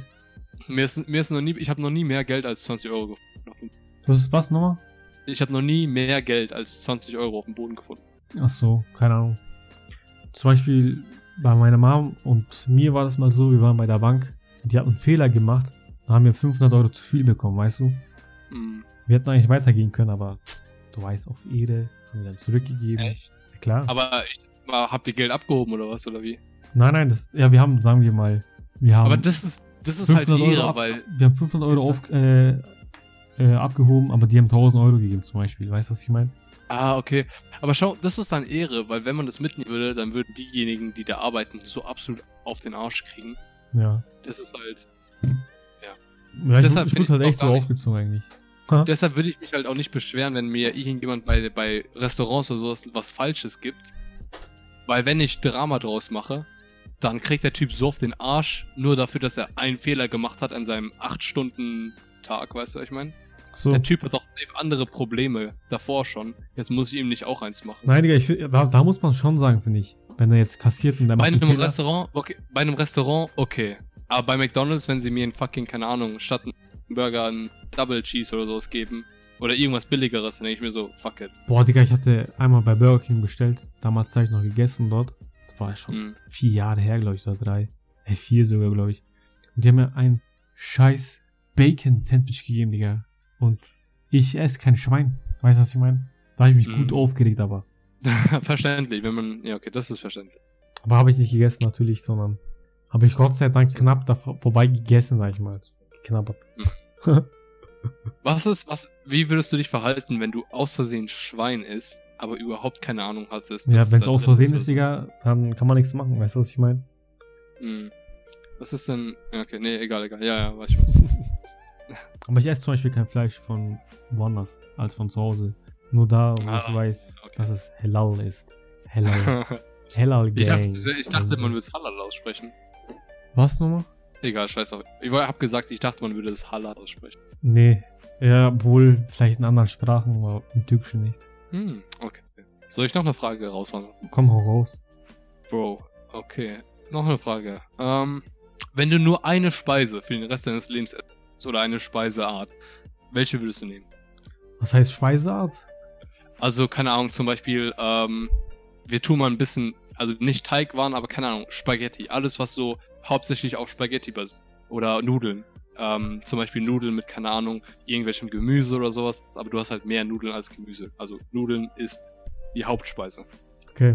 Ich habe noch nie mehr Geld als 20 Euro gefunden.
Du hast was nochmal?
Ich habe noch nie mehr Geld als 20 Euro auf dem Boden gefunden.
Ach so, keine Ahnung. Zum Beispiel bei meiner Mom und mir war das mal so, wir waren bei der Bank, die hat einen Fehler gemacht. Da haben wir 500 Euro zu viel bekommen, weißt du?
Mhm.
Wir hätten eigentlich weitergehen können, aber du weißt, auf Ehre haben wir dann zurückgegeben.
Echt?
Ja, klar.
Aber habt ihr Geld abgehoben oder was, oder wie?
Nein, wir haben, sagen wir mal,
aber das ist halt Ehre, weil...
Wir haben 500 Euro abgehoben, aber die haben 1.000 Euro gegeben zum Beispiel. Weißt du, was ich meine?
Ah, okay. Aber schau, das ist dann Ehre, weil wenn man das mitnehmen würde, dann würden diejenigen, die da arbeiten, so absolut auf den Arsch kriegen.
Ja.
Das ist halt...
Ja, ich wurde halt echt so aufgezogen eigentlich.
Deshalb würde ich mich halt auch nicht beschweren, wenn mir irgendjemand bei Restaurants oder sowas was Falsches gibt. Weil wenn ich Drama draus mache, dann kriegt der Typ so auf den Arsch, nur dafür, dass er einen Fehler gemacht hat an seinem 8-Stunden-Tag, weißt du, was ich meine?
So.
Der Typ hat doch andere Probleme davor schon. Jetzt muss ich ihm nicht auch eins machen.
Nein, Digga, da muss man schon sagen, finde ich. Wenn er jetzt kassiert und der macht einen Fehler.
Bei einem Restaurant, okay. Aber bei McDonald's, wenn sie mir einen fucking, keine Ahnung, statt einen Burger einen Double Cheese oder sowas geben, oder irgendwas Billigeres, dann denke ich mir so, fuck it.
Boah, Digga, ich hatte einmal bei Burger King bestellt. Damals habe ich noch gegessen dort. Das war schon 4 Jahre her, glaube ich, oder 3. 4 sogar, glaube ich. Und die haben mir ein scheiß Bacon-Sandwich gegeben, Digga. Und ich esse kein Schwein. Weißt du, was ich meine? Da habe ich mich gut aufgeregt, aber.
Verständlich, wenn man, ja, okay, das ist verständlich.
Aber habe ich nicht gegessen, natürlich, sondern habe ich Gott sei Dank knapp da vorbei gegessen, sag ich mal. Geknabbert.
Wie würdest du dich verhalten, wenn du aus Versehen Schwein isst, aber überhaupt keine Ahnung hattest?
Ja, wenn es aus Versehen ist, Digga, dann kann man nichts machen, weißt du, was ich meine?
Was ist denn, ja, okay, nee, egal, ja, weiß ich was.
Aber ich esse zum Beispiel kein Fleisch von woanders als von zu Hause. Nur da, wo ich weiß, dass es Halal ist. Halal. Halal Gang.
Ich dachte, man würde es Halal aussprechen.
Was nochmal?
Egal, scheiß auf. Ich hab gesagt, ich dachte, man würde es Halal aussprechen.
Nee. Ja, wohl vielleicht in anderen Sprachen, aber im Türkischen nicht.
Okay. Soll ich noch eine Frage raushauen?
Komm, hau raus.
Bro, okay. Noch eine Frage. Wenn du nur eine Speise für den Rest deines Lebens isst, oder eine Speiseart, welche würdest du nehmen?
Was heißt Speiseart?
Also, keine Ahnung, zum Beispiel, wir tun mal ein bisschen, also nicht Teigwaren, aber keine Ahnung, Spaghetti. Alles, was so hauptsächlich auf Spaghetti basiert. Oder Nudeln. Zum Beispiel Nudeln mit, keine Ahnung, irgendwelchem Gemüse oder sowas, aber du hast halt mehr Nudeln als Gemüse. Also Nudeln ist die Hauptspeise.
Okay.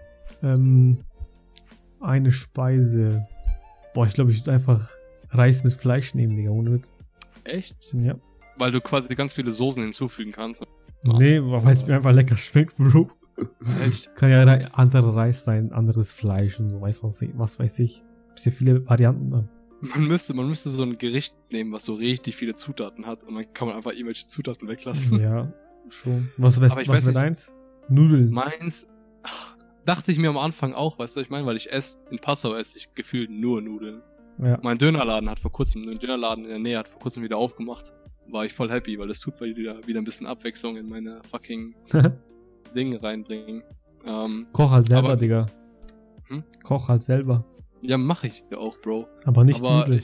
Eine Speise. Boah, ich glaube, ich würde einfach Reis mit Fleisch nehmen, Digga, ohne Witz.
Echt?
Ja.
Weil du quasi ganz viele Soßen hinzufügen kannst.
Nee, weil es mir einfach lecker schmeckt, Bro.
Echt?
Kann ja anderer Reis sein, anderes Fleisch und so, was weiß ich. Gibt's ja viele Varianten dann.
Man müsste so ein Gericht nehmen, was so richtig viele Zutaten hat und dann kann man einfach irgendwelche Zutaten weglassen.
Ja, schon. Was wäre deins? Nudeln.
Meins, dachte ich mir am Anfang auch, weißt du, ich meine, weil in Passau esse ich gefühlt nur Nudeln.
Ja.
Mein Dönerladen ein Dönerladen in der Nähe hat vor kurzem wieder aufgemacht. War ich voll happy, weil das tut wieder ein bisschen Abwechslung in meine fucking Dinge reinbringen.
Koch halt selber, Digga. Koch halt selber.
Ja, mach ich ja auch, Bro.
Aber nicht Nudeln.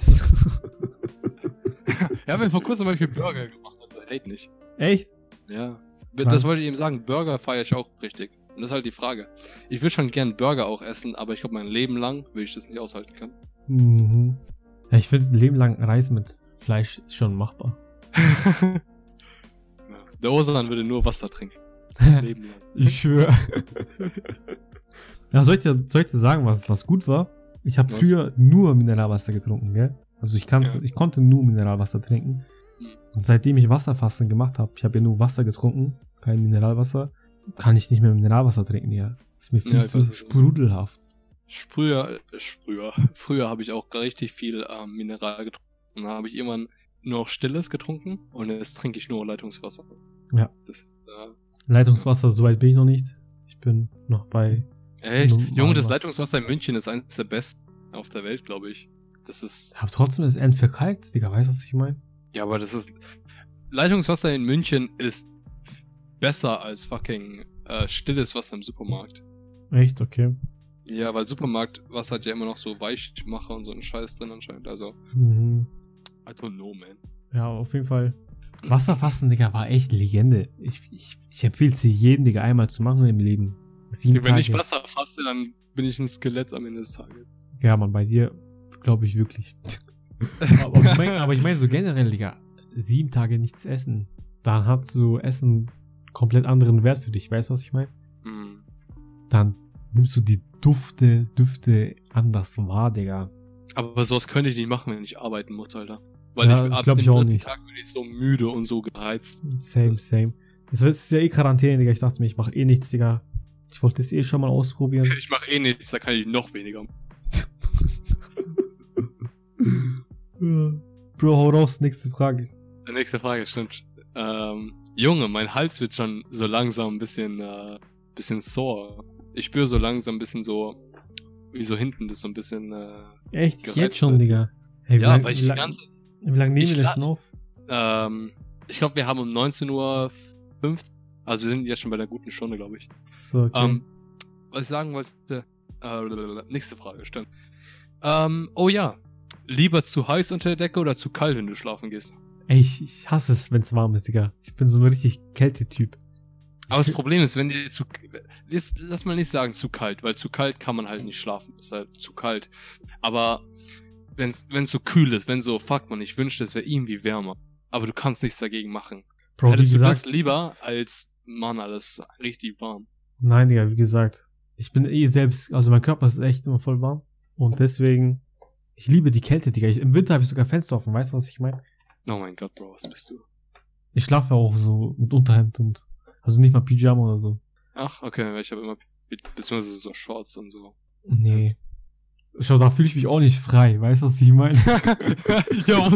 Ich habe mir vor kurzem mal Burger gemacht, also hate nicht.
Echt?
Ja. Das wollte ich eben sagen, Burger feiere ich auch richtig. Und das ist halt die Frage. Ich würde schon gern Burger auch essen, aber ich glaube, mein Leben lang will ich das nicht aushalten können.
Mhm. Ja, ich finde, ein Leben lang Reis mit Fleisch ist schon machbar.
Ja. Der Osan würde nur Wasser trinken. Leben lang.
Ich schwöre. Ja, soll ich dir sagen, was gut war? Ich habe früher nur Mineralwasser getrunken, gell? Also ich konnte nur Mineralwasser trinken. Und seitdem ich Wasserfasten gemacht habe, ich habe ja nur Wasser getrunken, kein Mineralwasser, kann ich nicht mehr Mineralwasser trinken, ja. Das ist mir viel zu sprudelhaft.
Früher habe ich auch richtig viel Mineral getrunken. Und dann habe ich irgendwann nur noch Stilles getrunken und jetzt trinke ich nur Leitungswasser.
Ja. Leitungswasser, soweit bin ich noch nicht. Ich bin noch bei...
Echt? Junge, das Leitungswasser in München ist eines der besten auf der Welt, glaube ich. Das ist...
Aber trotzdem ist es entverkalkt, Digga, weißt du, was ich meine?
Ja, aber das ist... Leitungswasser in München ist besser als fucking stilles Wasser im Supermarkt.
Echt? Okay.
Ja, weil Supermarktwasser hat ja immer noch so Weichmacher und so einen Scheiß drin anscheinend, also... I don't know, man.
Ja, auf jeden Fall. Wasserfasten, Digga, war echt Legende. Ich empfehle es dir jedem, Digga, einmal zu machen im Leben. 7 Tage.
Wenn ich Wasser faste, dann bin ich ein Skelett am Ende des Tages.
Ja, Mann, bei dir glaube ich wirklich. aber ich meine so generell, Digga, 7 Tage nichts essen. Dann hat so Essen komplett anderen Wert für dich. Weißt du, was ich meine? Dann nimmst du die Düfte anders wahr, Digga.
Aber sowas könnte ich nicht machen, wenn ich arbeiten muss, Alter. Weil
ja, ich glaube ich auch nicht.
Tag würde nicht so müde und so gereizt.
Same. Das ist ja eh Quarantäne, Digga. Ich dachte mir, ich mach eh nichts, Digga. Ich wollte das eh schon mal ausprobieren.
Ich mach eh nichts, da kann ich noch weniger.
Bro, hau raus, nächste Frage.
Nächste Frage, stimmt. Junge, mein Hals wird schon so langsam ein bisschen sore. Ich spüre so langsam ein bisschen so, wie so hinten das so ein bisschen,
echt? Jetzt schon, Digga? Hey,
ja, weil ich die ganze...
Wie lange nehmen wir das schon auf?
Ich glaube, wir haben um 19:15 Uhr, also wir sind jetzt schon bei einer guten Stunde, glaube ich.
So, okay.
Was ich sagen wollte, nächste Frage, stimmt. Oh ja, lieber zu heiß unter der Decke oder zu kalt, wenn du schlafen gehst?
Ey, ich hasse es, wenn es warm ist, Digga. Ich bin so ein richtig Kältetyp.
Aber das Problem ist, wenn dir jetzt lass mal nicht sagen zu kalt, weil zu kalt kann man halt nicht schlafen, ist halt zu kalt. Aber wenn's so kühl ist, wenn so, fuck man, ich wünschte, es wäre irgendwie wärmer, aber du kannst nichts dagegen machen.
Bro,
hättest
wie gesagt,
du das lieber als, Mann, alles richtig warm.
Nein, Digga, wie gesagt, ich bin eh selbst, also mein Körper ist echt immer voll warm und deswegen, ich liebe die Kälte, Digga. Im Winter habe ich sogar Fenster offen, weißt du, was ich meine?
Oh mein Gott, Bro, was bist du?
Ich schlafe auch so mit Unterhemd und, also nicht mal Pyjama oder so.
Ach, okay, weil ich habe immer, beziehungsweise so Shorts und so.
Nee. Schau, da fühle ich mich auch nicht frei, weißt du, was ich meine?
Ja,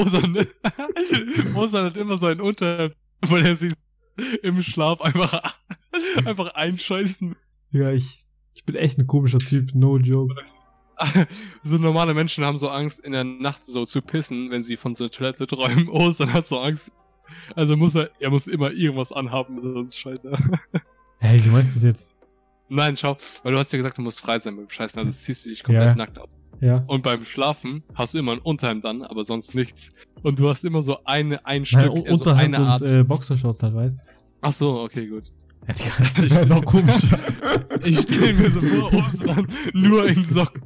Osan hat immer so einen Unterhemd, weil er sich im Schlaf einfach einscheißen.
Ja, ich bin echt ein komischer Typ, no joke.
So normale Menschen haben so Angst, in der Nacht so zu pissen, wenn sie von so einer Toilette träumen. Osan hat so Angst. Also er muss immer irgendwas anhaben, sonst scheiße.
Hey, wie meinst du das jetzt?
Nein, schau, weil du hast ja gesagt, du musst frei sein beim Scheißen, also ziehst du dich komplett nackt ab.
Ja.
Und beim Schlafen hast du immer ein Unterhemd an, aber sonst nichts. Und du hast immer so ein Stück,
Unterhemd
eine Art.
Und Boxershorts halt, weißt du?
Ach so, okay, gut.
Ja, das wäre doch komisch.
Ich stelle mir so vor, Osan nur in Socken.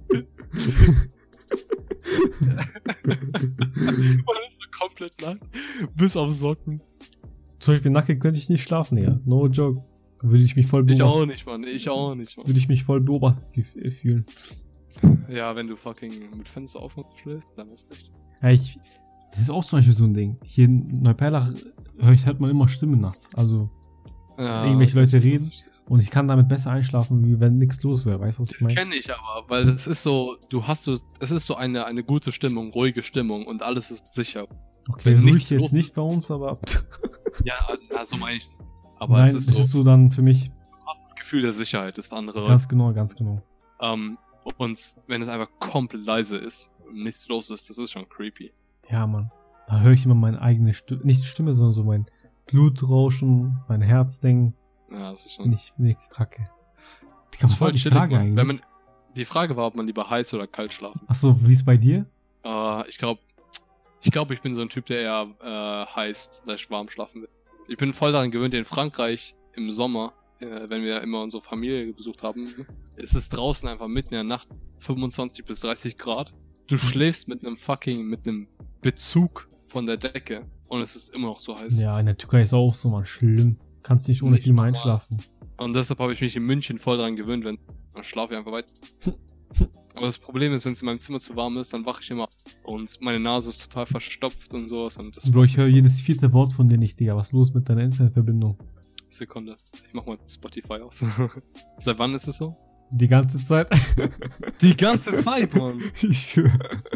Man ist so komplett nackt, bis auf Socken.
Zum Beispiel nackig könnte ich nicht schlafen, Digga. No joke. Würde ich mich voll beobachtet.
Ich auch nicht, Mann.
Würde ich mich voll beobachtet fühlen.
Ja, wenn du fucking mit Fenster auf und schläfst, dann ist echt.
Ja, das ist auch zum Beispiel so ein Ding. Hier in Neuperlach hört man immer Stimmen nachts. Also,
ja,
irgendwelche Leute reden. Und ich kann damit besser einschlafen, wie wenn nichts los wäre. Weißt du, was ich meine?
Das kenne ich aber, weil das ist so, es ist so eine gute Stimmung, ruhige Stimmung und alles ist sicher.
Okay, ruhig jetzt nicht bei uns, aber.
Ja, so meine ich es. Aber
nein,
es ist
so dann für mich.
Du hast das Gefühl der Sicherheit, das andere.
Ganz genau.
Und wenn es einfach komplett leise ist und nichts los ist, das ist schon creepy.
Ja, Mann. Da höre ich immer meine eigene Stimme, nicht Stimme, sondern so mein Blutrauschen, mein Herzding.
Ja, das ist schon.
Nicht kacke. Was war die Frage eigentlich?
Die Frage war, ob man lieber heiß oder kalt schlafen.
Ach so, wie ist bei dir?
Ich glaube, ich bin so ein Typ, der eher heiß/warm schlafen will. Ich bin voll daran gewöhnt, in Frankreich im Sommer, wenn wir immer unsere Familie besucht haben, ist es draußen einfach mitten in der Nacht 25 bis 30 Grad. Du schläfst mit einem Bezug von der Decke und es ist immer noch so heiß.
Ja, in der Türkei ist auch so, man, schlimm. Kannst nicht ohne Klima einschlafen.
Und deshalb habe ich mich in München voll daran gewöhnt, dann schlafe ich einfach weiter. Aber das Problem ist, wenn es in meinem Zimmer zu warm ist, dann wache ich immer und meine Nase ist total verstopft und sowas. Und das
Bro, ich höre jedes 4. Wort von dir nicht, Digga. Was ist los mit deiner Internetverbindung?
Sekunde. Ich mach mal Spotify aus. Seit wann ist es so?
Die ganze Zeit.
Die ganze Zeit, Mann.
Ich schwöre.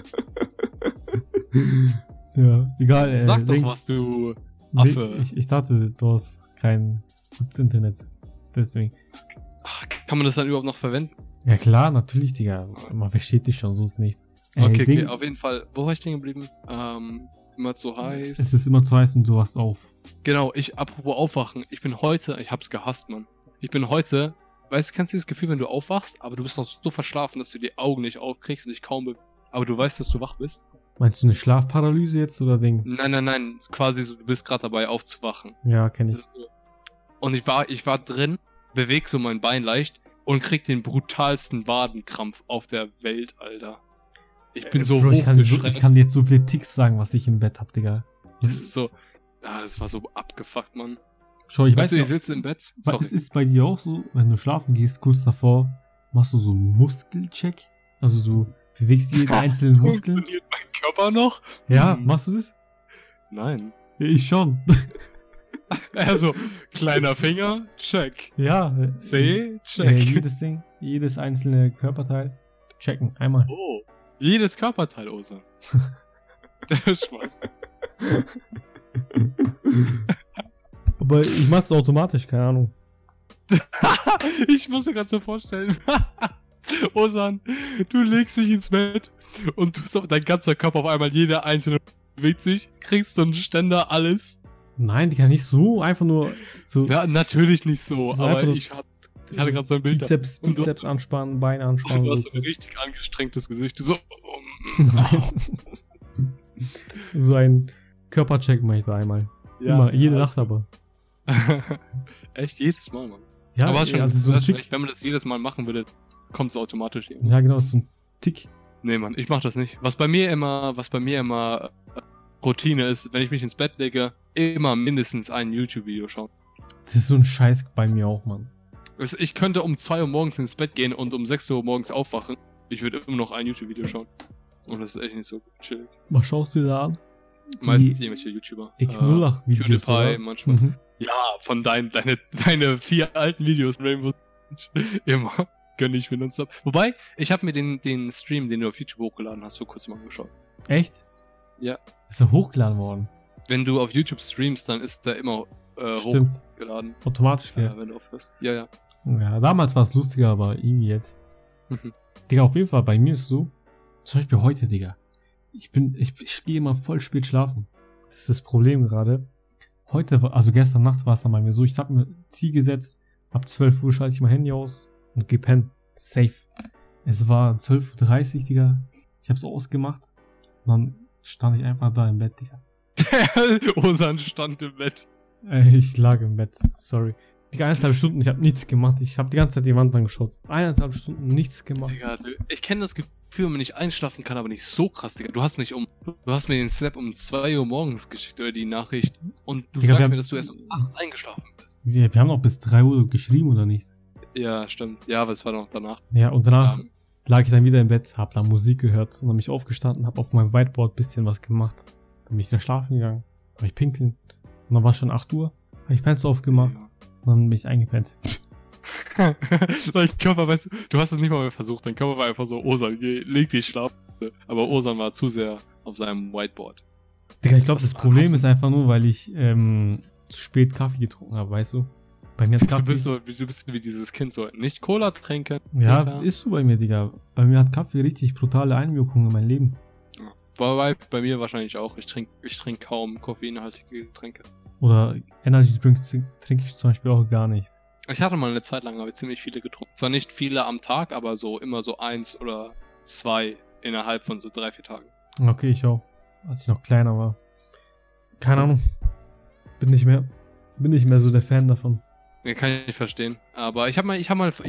Ja, egal.
Sag doch was, du Affe.
Ich dachte, du hast kein gutes Internet. Deswegen.
Ach, kann man das dann überhaupt noch verwenden?
Ja klar, natürlich, Digga. Man versteht dich schon, so ist nicht.
Okay, auf jeden Fall. Wo war ich stehen geblieben? Immer zu heiß.
Es ist immer zu heiß und du wachst auf.
Genau, apropos aufwachen. Ich hab's gehasst, Mann. Weißt du, kennst du das Gefühl, wenn du aufwachst, aber du bist noch so verschlafen, dass du die Augen nicht aufkriegst und dich kaum aber du weißt, dass du wach bist?
Meinst du eine Schlafparalyse jetzt oder Ding?
Nein. Quasi so, du bist gerade dabei aufzuwachen.
Ja, kenn ich.
Und ich war drin, beweg so mein Bein leicht und krieg den brutalsten Wadenkrampf auf der Welt, Alter. Ich bin so
Bro,
hochgeschreckt.
Ich kann dir jetzt so viele Ticks sagen, was ich im Bett hab, Digga.
Das ist so, das war so abgefuckt, Mann.
Schau, ich weiß
du, ich sitze im Bett.
Es ist bei dir auch so, wenn du schlafen gehst, kurz davor, machst du so einen Muskelcheck? Also du bewegst jeden einzelnen Muskel.
Funktioniert mein Körper noch?
Ja, machst du das?
Nein.
Ich schon.
Also, kleiner Finger, check.
Ja.
C, check.
Jedes Ding, jedes einzelne Körperteil checken. Einmal.
Oh. Jedes Körperteil, Osan. Der ist Spaß.
Aber ich mach's automatisch, keine Ahnung.
Ich muss mir gerade so vorstellen. Osan, du legst dich ins Bett und dein ganzer Körper auf einmal, jeder einzelne bewegt sich, kriegst du einen Ständer, alles.
Nein, die kann nicht so, einfach nur so.
Ja, natürlich nicht so,
so
aber ich hatte gerade so ein Bild.
Bizeps anspannen, Beine anspannen.
Du hast so ein richtig angestrengtes Gesicht. Du so.
So ein Körpercheck mache ich da einmal. Ja, immer, jede Nacht aber.
Echt? Jedes Mal, Mann.
Ja,
aber schon,
also so ein Tick.
wenn man das jedes Mal machen würde, kommt es automatisch hin.
Ja, genau, das ist so ein Tick.
Nee, Mann, ich mach das nicht. Was bei mir immer Routine ist, wenn ich mich ins Bett lege, immer mindestens ein YouTube-Video schauen.
Das ist so ein Scheiß bei mir auch, Mann.
Ich könnte um 2 Uhr morgens ins Bett gehen und um 6 Uhr morgens aufwachen. Ich würde immer noch ein YouTube-Video schauen. Und das ist echt nicht so chillig.
Was schaust du da an?
Meistens irgendwelche YouTuber.
X08-Videos,
PewDiePie manchmal. Mhm. Ja, von deine 4 alten Videos, Rainbow immer gönn ich mir nonstop. Wobei, ich habe mir den Stream, den du auf YouTube hochgeladen hast, vor kurzem angeschaut.
Echt?
Ja.
Ist er hochgeladen worden?
Wenn du auf YouTube streamst, dann ist der immer hochgeladen.
Automatisch, ja.
Wenn du aufhörst. Ja.
Ja, damals war es lustiger, aber irgendwie jetzt. Digga, auf jeden Fall, bei mir ist es so, zum Beispiel heute, Digga. Ich gehe immer voll spät schlafen. Das ist das Problem gerade. Heute, also gestern Nacht war es dann bei mir so, ich hab mir Ziel gesetzt, ab 12 Uhr schalte ich mein Handy aus und geh pennen. Safe. Es war 12:30 Uhr, Digga. Ich hab's ausgemacht. Und dann stand ich einfach da im Bett, Digga.
Osan stand im Bett.
Ich lag im Bett, sorry. Digga, 1,5 Stunden, ich hab nichts gemacht. Ich hab die ganze Zeit die Wand angeschaut. 1,5 Stunden, nichts gemacht.
Digga, ich kenne das Gefühl, wenn man nicht einschlafen kann, aber nicht so krass, Digga. Du hast mir den Snap um 2 Uhr morgens geschickt, oder die Nachricht. Und du Digga, sagst mir, dass du erst um 8 eingeschlafen bist.
Wir haben noch bis 3 Uhr geschrieben, oder nicht?
Ja, stimmt. Ja, aber es war noch danach.
Ja, und danach lag ich dann wieder im Bett, hab da Musik gehört und dann bin ich aufgestanden, hab auf meinem Whiteboard bisschen was gemacht. Dann bin ich wieder schlafen gegangen, war ich pinkeln. Und dann war es schon 8 Uhr, hab ich Fenster aufgemacht und dann bin ich eingepennt.
Dein Körper, weißt du hast es nicht mal mehr versucht, dein Körper war einfach so, Osan, leg dich schlafen. Aber Osan war zu sehr auf seinem Whiteboard.
Digga, ich glaube, das Problem ist einfach nur, weil ich zu spät Kaffee getrunken habe, weißt du? Bei mir hat Kaffee...
Du bist wie dieses Kind, so nicht Cola trinken.
Ja, ist so bei mir, Digga. Bei mir hat Kaffee richtig brutale Einwirkungen in mein Leben.
Ja. Bei mir wahrscheinlich auch. Ich trink kaum koffeinhaltige Getränke.
Oder Energy Drinks trinke ich zum Beispiel auch gar nicht.
Ich hatte mal eine Zeit lang, habe ich ziemlich viele getrunken. Zwar nicht viele am Tag, aber so immer so 1 oder 2 innerhalb von so 3-4 Tagen.
Okay, ich auch. Als ich noch kleiner war. Keine Ahnung. Bin nicht mehr so der Fan davon.
Ja, kann ich verstehen. Aber ich kann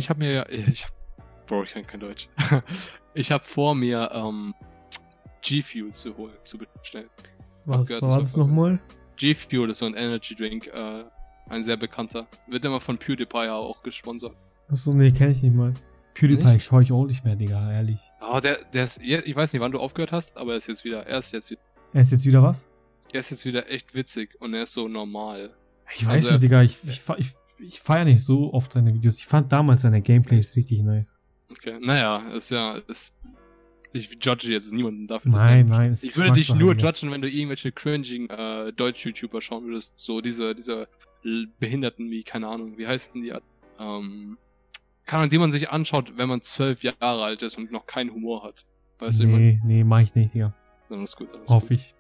kein Deutsch. Ich habe vor mir, G-Fuel zu bestellen.
Was war das nochmal?
G-Fuel ist so ein Energy Drink, ein sehr bekannter. Wird immer von PewDiePie auch gesponsert.
Achso, nee, kenn ich nicht mal. PewDiePie schaue ich auch nicht mehr, Digga, ehrlich.
Oh, der ist, ich weiß nicht, wann du aufgehört hast, aber er ist jetzt wieder
was?
Er ist jetzt wieder echt witzig und er ist so normal.
Ich weiß nicht, Digga, ich feiere nicht so oft seine Videos. Ich fand damals seine Gameplays richtig nice.
Okay, naja, ich judge jetzt niemanden dafür.
Nein,
ich würde dich nur judgen, wenn du irgendwelche cringing Deutsch-YouTuber schauen würdest. So diese Behinderten wie, keine Ahnung, wie heißen die? Die man sich anschaut, wenn man 12 Jahre alt ist und noch keinen Humor hat. Weißt du,
nee, mach ich nicht, Digga.
Dann ist gut.
Hoffe ich.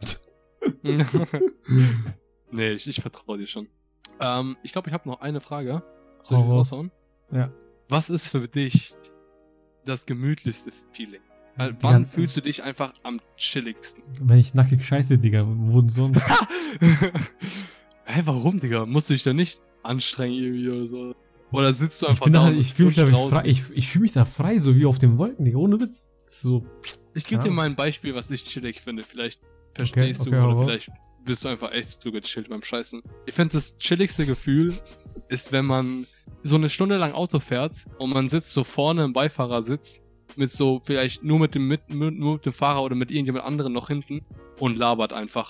Nee, ich vertraue dir schon. Ich glaube, ich habe noch eine Frage. Soll ich raushauen?
Ja.
Was ist für dich das gemütlichste Feeling? Wann fühlst du dich einfach am chilligsten?
Wenn ich nackig scheiße, Digga. Wo sonst?
Hä, warum, Digga? Musst du dich da nicht anstrengen irgendwie oder so? Oder sitzt du einfach
ich fühle mich da frei, so wie auf den Wolken, Digga. Ohne Witz. Das ist so...
Ich gebe dir mal ein Beispiel, was ich chillig finde. Vielleicht verstehst du oder vielleicht bist du einfach echt so gechillt beim Scheißen. Ich finde, das chilligste Gefühl ist, wenn man so eine Stunde lang Auto fährt und man sitzt so vorne im Beifahrersitz mit so vielleicht nur mit dem Fahrer oder mit irgendjemand anderem noch hinten und labert einfach.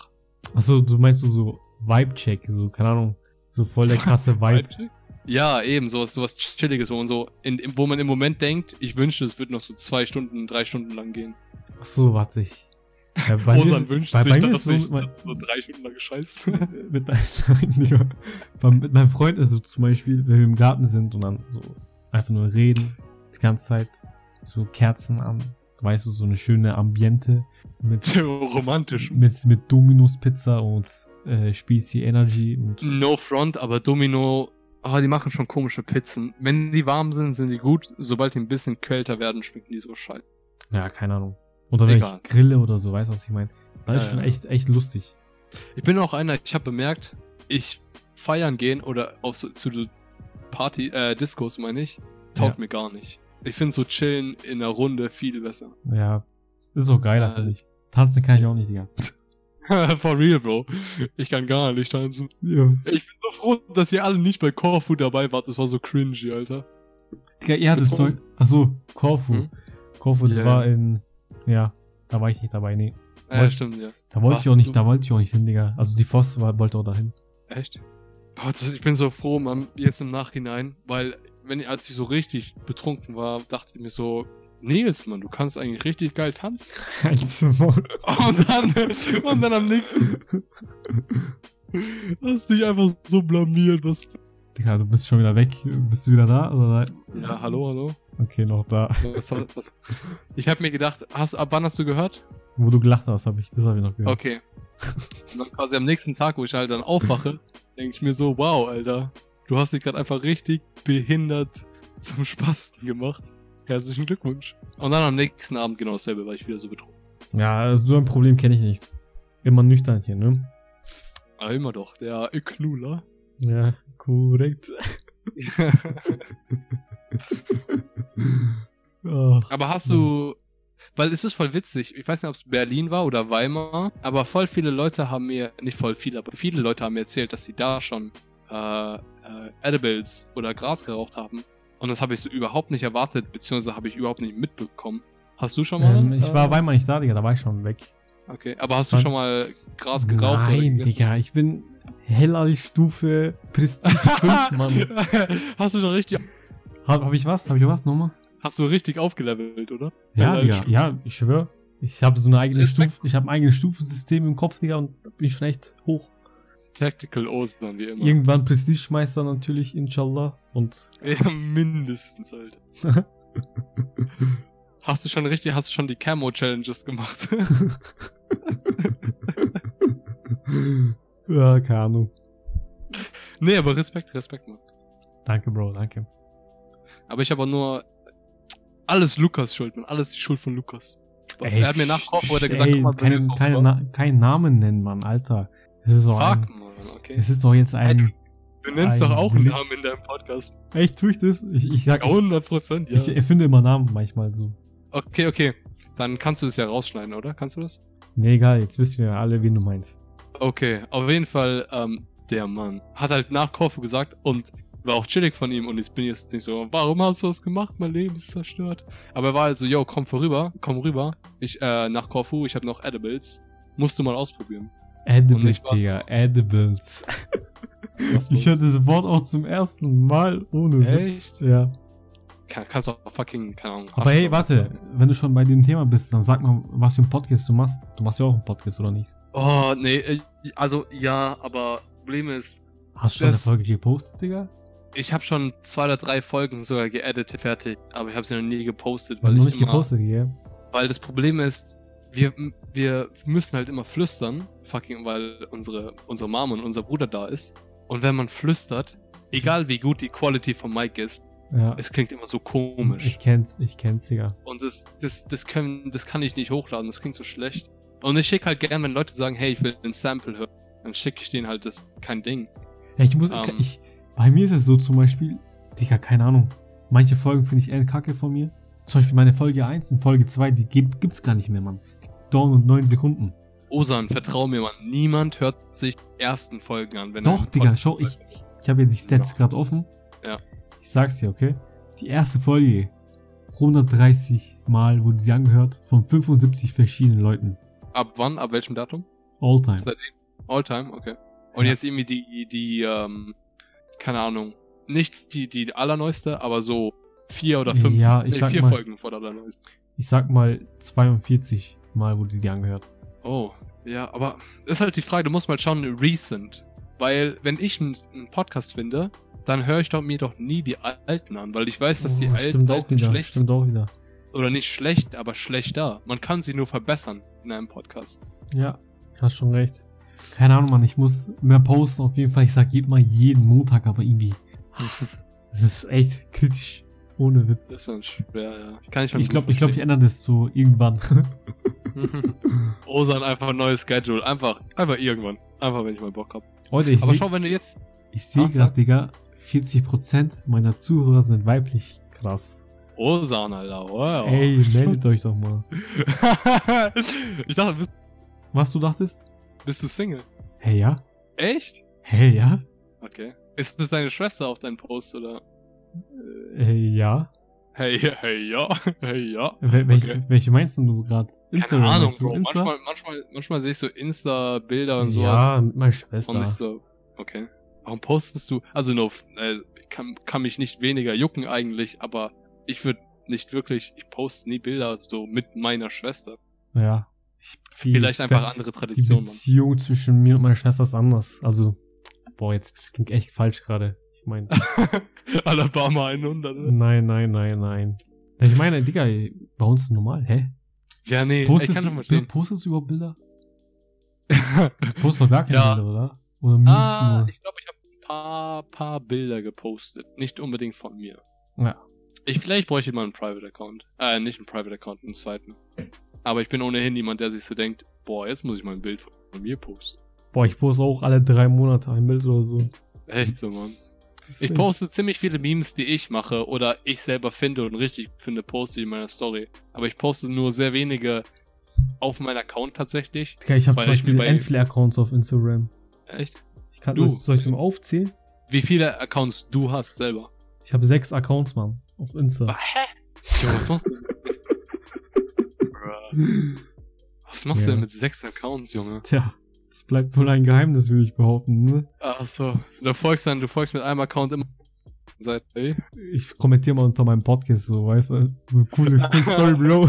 Achso, du meinst so Vibe-Check, so, keine Ahnung, so voll der krasse Vibe.
Ja, eben, sowas Chilliges, wo man so, wo man im Moment denkt, ich wünschte, es würde noch so 2 Stunden, 3 Stunden lang gehen.
Achso, warte ich. Ja,
Osan wünscht sich,
bei mir
dass
ist so,
das so 3 Stunden lang gescheißt.
mit meinem Freund ist so zum Beispiel, wenn wir im Garten sind und dann so einfach nur reden, die ganze Zeit, so Kerzen an, weißt du, so eine schöne Ambiente mit
romantisch.
Mit Domino's Pizza und Spezi Energy und
No front, aber Domino, die machen schon komische Pizzen. Wenn die warm sind, sind die gut. Sobald die ein bisschen kälter werden, schmecken die so scheiße.
ja, keine Ahnung. Oder wenn ich grille oder so, weißt du, was ich meine? Das ist schon echt lustig.
Ich bin auch einer, ich habe bemerkt, ich feiern gehen oder zu Party, Discos meine ich, taugt mir gar nicht. Ich finde so chillen in einer Runde viel besser.
Ja, ist so geiler, finde ich. Tanzen kann ich auch nicht, Digga.
For real, Bro. Ich kann gar nicht tanzen.
Ja.
Ich bin so froh, dass ihr alle nicht bei Corfu dabei wart. Das war so cringy, Alter.
Digga, ihr hattet Zeug. Achso, Corfu. Corfu, das war in... Ja, da war ich nicht dabei, nee.
Ja, stimmt, ja.
Da wollte ich auch nicht hin, Digga. Also die Voss wollte auch dahin.
Echt? Ich bin so froh, Mann, jetzt im Nachhinein, weil, als ich so richtig betrunken war, dachte ich mir so, Nils, Mann, du kannst eigentlich richtig geil tanzen. und dann am nächsten hast dich einfach so blamiert, was...
Digga, du bist schon wieder weg. Bist du wieder da, oder?
Ja, hallo?
Okay, noch da.
Ich hab mir gedacht, ab wann hast du gehört?
Wo du gelacht hast, das hab ich noch gehört.
Okay. Und dann quasi am nächsten Tag, wo ich halt dann aufwache, denke ich mir so, wow, Alter, du hast dich gerade einfach richtig behindert zum Spasten gemacht. Herzlichen Glückwunsch. Und dann am nächsten Abend genau dasselbe, war ich wieder so betrunken.
Ja, also so ein Problem kenne ich nicht. Immer nüchtern hier, ne?
Aber immer doch, der Knuller.
Ja, korrekt.
Aber hast du... Weil es ist voll witzig, ich weiß nicht, ob es Berlin war oder Weimar, aber voll viele Leute haben mir, nicht voll viele, aber viele Leute haben mir erzählt, dass sie da schon Edibles oder Gras geraucht haben. Und das habe ich so überhaupt nicht erwartet, beziehungsweise habe ich überhaupt nicht mitbekommen. Hast du schon mal?
Ich war Weimar nicht da, Digga, da war ich schon weg.
Okay, aber hast du schon mal Gras geraucht?
Nein, Digga, ich bin heller Stufe Prestige 5, Mann.
Hast du schon richtig...
Hab ich was nochmal?
Hast du richtig aufgelevelt, oder?
Ja, Digga, ja, ich schwör. Ich habe so eine eigene Stufe, ich habe ein eigenes Stufensystem im Kopf, Digga, und bin schon echt hoch.
Tactical Ostern, wie immer.
Irgendwann Prestigemeister natürlich, inshallah. Und
ja, mindestens, Alter. Hast du schon die Camo-Challenges gemacht?
Ja, keine Ahnung.
Nee, aber Respekt, Mann.
Danke, Bro, danke.
Aber ich habe nur alles Lukas Schuld, Mann. Alles die Schuld von Lukas.
Ey,
er hat mir nach Korfu gesagt,
keinen Namen nennen, Mann, Alter. Das ist doch
Mann, okay.
Es ist doch jetzt ein...
Du nennst doch auch einen Namen in deinem Podcast.
Echt, tue ich das? Ich sag
100%, ja.
Ich erfinde immer Namen manchmal so.
Okay. Dann kannst du das ja rausschneiden, oder? Kannst du das?
Nee, egal, jetzt wissen wir alle, wen du meinst.
Okay, auf jeden Fall, der Mann hat halt nach Korfu gesagt und war auch chillig von ihm und ich bin jetzt nicht so, warum hast du das gemacht? Mein Leben ist zerstört. Aber er war halt so, yo, komm rüber. Ich, nach Korfu, ich habe noch Edibles. Musst du mal ausprobieren.
Edibles, Digga, Edibles. Ich höre das Wort auch zum ersten Mal ohne Witz.
Echt?
Ja.
Kannst auch fucking, keine Ahnung.
Aber hey, warte, wenn du schon bei dem Thema bist, dann sag mal, was für ein Podcast du machst. Du machst ja auch einen Podcast, oder nicht?
Oh, nee, also, ja, aber Problem ist...
Hast du schon eine Folge gepostet, Digga?
Ich habe schon 2 oder 3 Folgen sogar geeditet, fertig, aber ich habe sie noch nie gepostet,
weil noch nicht gepostet, ja.
Weil das Problem ist, wir müssen halt immer flüstern, fucking, weil unsere Mom und unser Bruder da ist. Und wenn man flüstert, egal wie gut die Quality vom Mic ist, ja, es klingt immer so komisch.
Ich kenn's, Digga. Und
das kann ich nicht hochladen, das klingt so schlecht. Und ich schicke halt gern, wenn Leute sagen, hey, ich will ein Sample hören, dann schicke ich denen halt kein Ding.
Ja, bei mir ist es so zum Beispiel, Digga, keine Ahnung. Manche Folgen finde ich eher kacke von mir. Zum Beispiel meine Folge 1 und Folge 2, die gibt's gar nicht mehr, Mann. Die dauern und 9 Sekunden.
Osan, vertrau mir, Mann. Niemand hört sich die ersten Folgen an.
Doch, Digga, schau, ich habe ja die Stats gerade offen.
Ja.
Ich sag's dir, okay? Die erste Folge, 130 Mal wurde sie angehört von 75 verschiedenen Leuten.
Ab wann? Ab welchem Datum?
All time.
All-time, okay. Und jetzt irgendwie die keine Ahnung, nicht die allerneueste, aber so 4 oder 5,
ja, ich sag
4
mal,
Folgen vor der allerneuesten.
Ich sag mal 42 Mal wurde die angehört.
Oh, ja, aber ist halt die Frage, du musst mal schauen, recent. Weil, wenn ich einen Podcast finde, dann höre ich mir doch nie die alten an, weil ich weiß, dass die alten schlecht sind.
Stimmt auch wieder.
Oder nicht schlecht, aber schlechter. Man kann sie nur verbessern in einem Podcast.
Ja, hast schon recht. Keine Ahnung, Mann, ich muss mehr posten auf jeden Fall. Ich sag jeden Montag, aber irgendwie. Das ist echt kritisch. Ohne Witz.
Das ist dann schwer, ja. Kann ich schon
Ich glaube, ich ändere das so irgendwann.
Osan einfach ein neues Schedule. Einfach irgendwann. Einfach, wenn ich mal Bock hab.
Heute,
schau, wenn du jetzt...
Ich sehe gerade, Digga, 40% meiner Zuhörer sind weiblich. Krass.
Osan, Alter. Wow.
Ey, meldet euch doch mal.
Ich dachte,
Was du dachtest?
Bist du Single?
Hey, ja?
Echt?
Hey, ja?
Okay. Ist das deine Schwester auf deinem Post, oder?
Ja.
Hey, ja. Hey, ja.
Welche meinst du gerade?
Keine Ahnung, Bro. Manchmal sehe ich so Insta-Bilder und sowas.
Ja, mit meiner Schwester.
Und ich so, okay. Warum postest du? Also, kann mich nicht weniger jucken eigentlich, aber ich poste nie Bilder so mit meiner Schwester.
Ja.
Vielleicht einfach andere Traditionen.
Die Beziehung zwischen mir und meiner Schwester ist anders. Also, jetzt, das klingt echt falsch gerade. Ich meine.
Alabama 100.
Nein. Ich meine, Digga, bei uns ist normal, hä?
Ja, nee.
Postest du überhaupt Bilder? Du postest doch gar keine Bilder, oder? Oder Memes nur?
Ich glaube, ich habe ein paar Bilder gepostet. Nicht unbedingt von mir.
Ja.
Vielleicht bräuchte ich mal einen Private Account. Nicht einen Private Account, einen zweiten. Aber ich bin ohnehin niemand, der sich so denkt, jetzt muss ich mal ein Bild von mir posten.
Ich poste auch alle 3 Monate ein Bild oder so.
Echt so, Mann. Ich poste ziemlich viele Memes, die ich mache oder ich selber finde und richtig finde, poste in meiner Story. Aber ich poste nur sehr wenige auf meinem Account tatsächlich.
Okay, ich habe zum Beispiel viele Accounts auf Instagram.
Echt?
Soll ich dir mal aufzählen?
Wie viele Accounts du hast selber?
Ich habe 6 Accounts, Mann, auf Insta.
Hä? Jo, was machst du? Was machst du denn mit 6 Accounts, Junge?
Tja. Das bleibt wohl ein Geheimnis, würde ich behaupten, ne?
Ach so. Du folgst mit einem Account immer
Ey. Ich kommentiere mal unter meinem Podcast so, weißt du? So coole Story, Bro.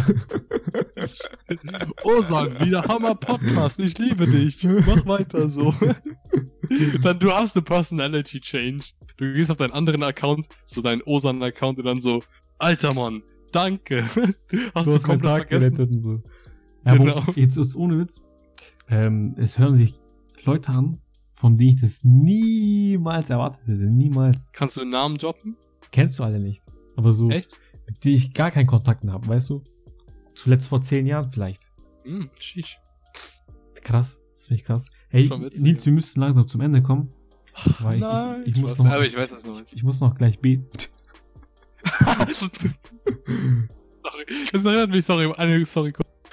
Osan, wieder Hammer Podcast, ich liebe dich. Mach weiter so. Dann du hast eine Personality Change. Du gehst auf deinen anderen Account, so deinen Osan-Account und dann so, Alter Mann, danke. Hast du komplett vergessen.
Und so. Ja, genau. Jetzt ohne Witz. Es hören sich Leute an, von denen ich das niemals erwartet hätte. Niemals.
Kannst du einen Namen droppen?
Kennst du alle nicht. Aber so,
echt?
Mit denen ich gar keinen Kontakt mehr habe, weißt du? Zuletzt vor 10 Jahren vielleicht.
Sheesh.
Krass, das finde ich krass. Hey, Nils, wir müssen langsam zum Ende kommen. Weil ich muss noch.
Aber ich weiß, was du meinst.
Ich muss noch gleich beten.
Sorry. Das erinnert mich, sorry.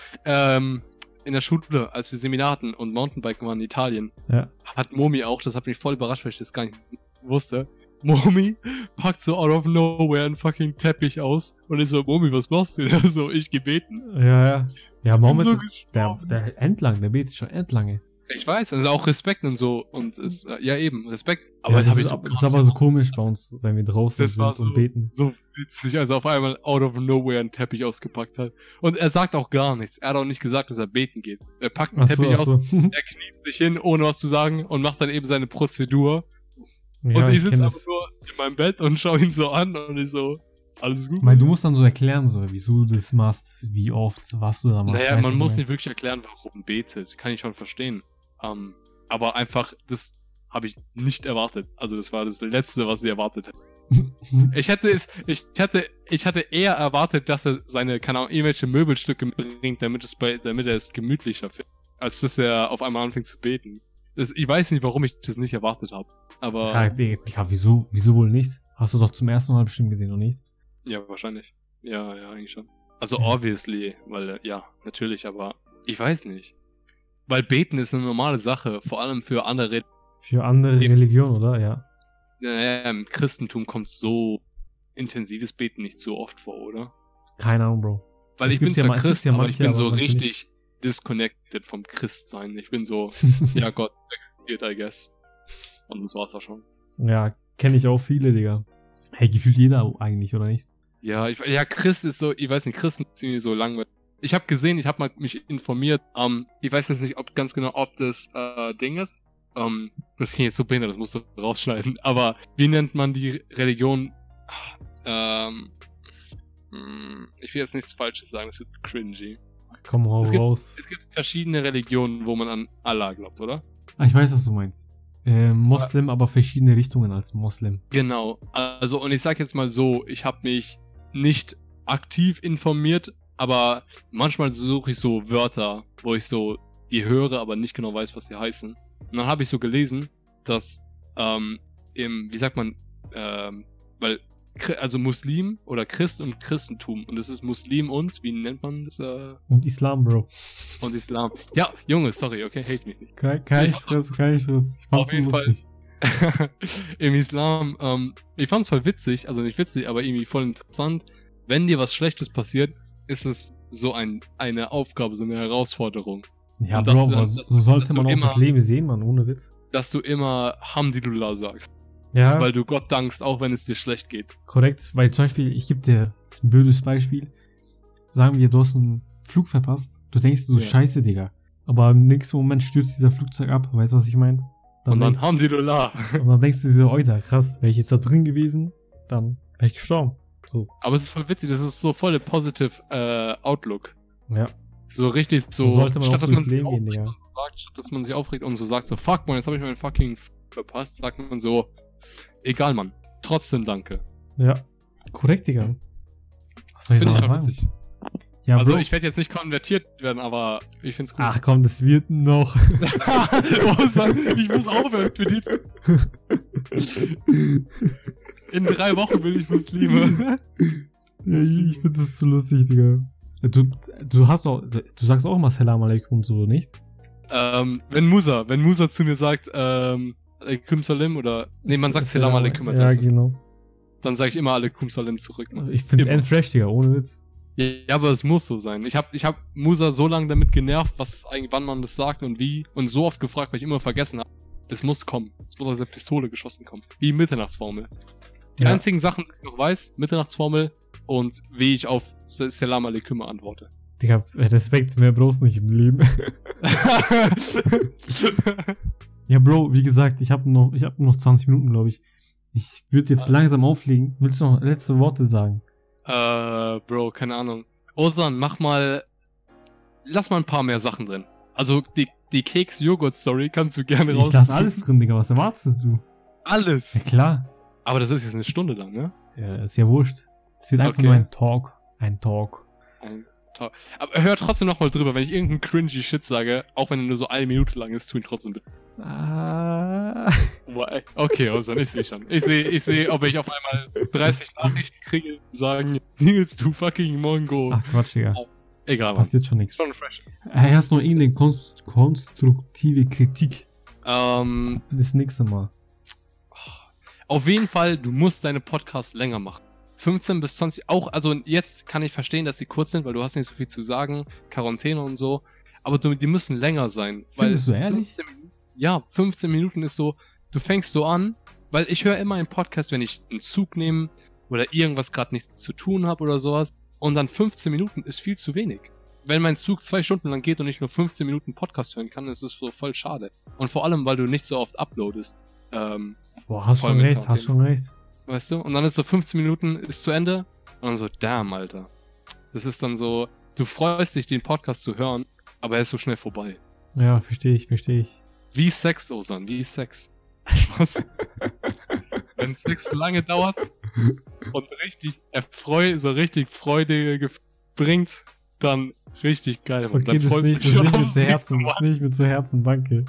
In der Schule, als wir Seminar hatten und Mountainbiken waren in Italien, hat Momi auch, das hat mich voll überrascht, weil ich das gar nicht wusste. Momi packt so out of nowhere einen fucking Teppich aus und ist so, Momi, was machst du? So, ich geh beten.
Ja. Ja, Mohammed,
so
der entlang, der betet schon entlange.
Ich weiß, also auch Respekt und so und ist, ja eben, Respekt. Aber
ja, das ist aber so komisch bei uns, wenn wir draußen
sind und beten. So witzig, also auf einmal out of nowhere einen Teppich ausgepackt hat. Und er sagt auch gar nichts. Er hat auch nicht gesagt, dass er beten geht. Er packt einen Teppich aus, er kniet sich hin, ohne was zu sagen und macht dann eben seine Prozedur. Ja, und ich sitze einfach nur in meinem Bett und schaue ihn so an und ich so, alles gut.
Weil du musst dann so erklären, so, wieso du das machst, wie oft, was du da machst.
Naja, man muss nicht wirklich erklären, warum betet. Kann ich schon verstehen. Aber einfach, das habe ich nicht erwartet. Also das war das Letzte, was ich erwartet hätte. Ich hatte eher erwartet, dass er seine, keine Ahnung, irgendwelche Möbelstücke mitbringt, damit er es gemütlicher findet, als dass er auf einmal anfängt zu beten. Ich weiß nicht, warum ich das nicht erwartet habe. Aber.
Ja, Digga, wieso wohl nicht? Hast du doch zum ersten Mal bestimmt gesehen, oder nicht?
Ja, wahrscheinlich. Ja, eigentlich schon. Also obviously, weil, ja, natürlich, aber ich weiß nicht. Weil beten ist eine normale Sache, vor allem für andere
Religionen, oder? Ja.
Ja, im Christentum kommt so intensives Beten nicht so oft vor, oder?
Keine Ahnung, Bro.
Weil ich bin zwar Christ, aber ich bin so richtig disconnected vom Christsein. Ich bin so, ja Gott, existiert, I guess. Und das war's auch schon.
Ja, kenne ich auch viele, Digga. Hey, gefühlt jeder eigentlich, oder nicht?
Ja, Christ ist so, ich weiß nicht, Christen ist irgendwie so langweilig. Ich habe gesehen, ich habe mal mich informiert, ich weiß jetzt nicht ganz genau, ob das Ding ist. Das klingt jetzt so behindert, das musst du rausschneiden. Aber wie nennt man die Religion? Ich will jetzt nichts Falsches sagen, das ist cringy.
Komm raus.
Es gibt verschiedene Religionen, wo man an Allah glaubt, oder?
Ah, ich weiß, was du meinst. Moslem, aber verschiedene Richtungen als Moslem.
Genau. Also, und ich sag jetzt mal so, ich habe mich nicht aktiv informiert, aber manchmal suche ich so Wörter, wo ich so die höre, aber nicht genau weiß, was sie heißen. Und dann habe ich so gelesen, dass wie sagt man, weil also Muslim oder Christ und Christentum. Und das ist Muslim und, wie nennt man das?
Und Islam, Bro.
Und Islam. Ja, Junge, sorry, okay, hate mich nicht.
Kein Stress. Ich fand's so lustig.
Im Islam, ich fand's voll witzig, also nicht witzig, aber irgendwie voll interessant. Wenn dir was Schlechtes passiert, ist es so eine Aufgabe, so eine Herausforderung.
Ja, Bro, so sollte man auch das Leben sehen, Mann, ohne Witz.
Dass du immer Hamdulillah sagst.
Ja.
Weil du Gott dankst, auch wenn es dir schlecht geht.
Korrekt, weil zum Beispiel, ich gebe dir jetzt ein blödes Beispiel. Sagen wir, du hast einen Flug verpasst. Du denkst so, scheiße, Digga. Aber im nächsten Moment stürzt dieser Flugzeug ab. Weißt du, was ich meine?
Und dann Hamdulillah.
Und dann denkst du dir so, Alter, krass, wäre ich jetzt da drin gewesen, dann wäre ich gestorben. So.
Aber es ist voll witzig, das ist so voll der positive Outlook.
Ja.
So richtig so,
sollte man
statt
auch
dass man
durchs
sich
Leben gehen,
aufregt
Digga.
und so sagt, statt dass man sich aufregt und so sagt so, fuck man, jetzt habe ich meinen fucking verpasst, sagt man so, egal Mann, trotzdem danke.
Ja, korrekt, Digga. Was soll ich
Finde ich
noch
schon
sagen?
witzig.
Ja,
also
Bro.
ich werde jetzt nicht konvertiert werden, aber ich find's gut.
Ach komm, das wird noch.
Ich muss aufhören für die. In 3 Wochen bin ich Muslime.
Ja, ich finde das so lustig, Digga. Du sagst auch immer Salam Alaikum und so, nicht?
Wenn Musa zu mir sagt, Alaikum Salam oder, nee, man sagt Salam Alaikum als erstes.
Ja, genau.
Dann sage ich immer Alaikum Salam zurück. Ne?
Ich find's endfresh, Digga, ohne Witz.
Ja, aber es muss so sein. Ich hab Musa so lange damit genervt, wann man das sagt und wie, und so oft gefragt, weil ich immer vergessen habe. Das muss kommen. Es muss aus der Pistole geschossen kommen. Wie Mitternachtsformel. Die einzigen Sachen, die ich noch weiß, Mitternachtsformel und wie ich auf Salam Alaikum antworte.
Digga, Respekt, mehr brauchst du nicht im Leben. Ja, Bro, wie gesagt, ich hab noch 20 Minuten, glaube ich. Ich würde jetzt langsam auflegen. Willst du noch letzte Worte sagen?
Bro, keine Ahnung. Ozan, lass mal ein paar mehr Sachen drin. Also, die Keks-Joghurt-Story kannst du gerne raus.
Ich lass alles drin, Digga, was erwartest du?
Alles?
Ja, klar.
Aber das ist jetzt eine Stunde lang, ne?
Ja, ist ja wurscht. Es wird einfach nur ein Talk.
Aber hör trotzdem nochmal drüber, wenn ich irgendeinen cringy Shit sage, auch wenn er nur so 1 Minute lang ist, tu ihn trotzdem bitte. Okay, Ozan, ich sehe schon. Ich seh, ob ich auf einmal 30 Nachrichten kriege, die sagen, Nils, du fucking Mongo.
Ach Quatsch, Digga.
Egal,
passiert schon nichts.
Schon fresh.
Hast du noch irgendeine konstruktive Kritik? Das nächste Mal.
Auf jeden Fall, du musst deine Podcasts länger machen. 15 bis 20, auch, also jetzt kann ich verstehen, dass sie kurz sind, weil du hast nicht so viel zu sagen, Quarantäne und so, aber die müssen länger sein.
Findest du ehrlich?
15 Minuten ist so, du fängst so an, weil ich höre immer einen Podcast, wenn ich einen Zug nehme oder irgendwas gerade nichts zu tun habe oder sowas, und dann 15 Minuten ist viel zu wenig. Wenn mein Zug 2 Stunden lang geht und ich nur 15 Minuten Podcast hören kann, ist es so voll schade. Und vor allem, weil du nicht so oft uploadest.
Boah, hast schon recht.
Weißt du? Und dann ist so 15 Minuten, ist zu Ende. Und dann so, damn, Alter. Das ist dann so, du freust dich, den Podcast zu hören, aber er ist so schnell vorbei.
Ja, verstehe ich.
Wie Sex, Ozan, wie Sex. Was? Wenn Sex lange dauert und richtig Freude bringt, dann richtig geil.
Okay,
dann
das nicht mir zu Herzen, danke.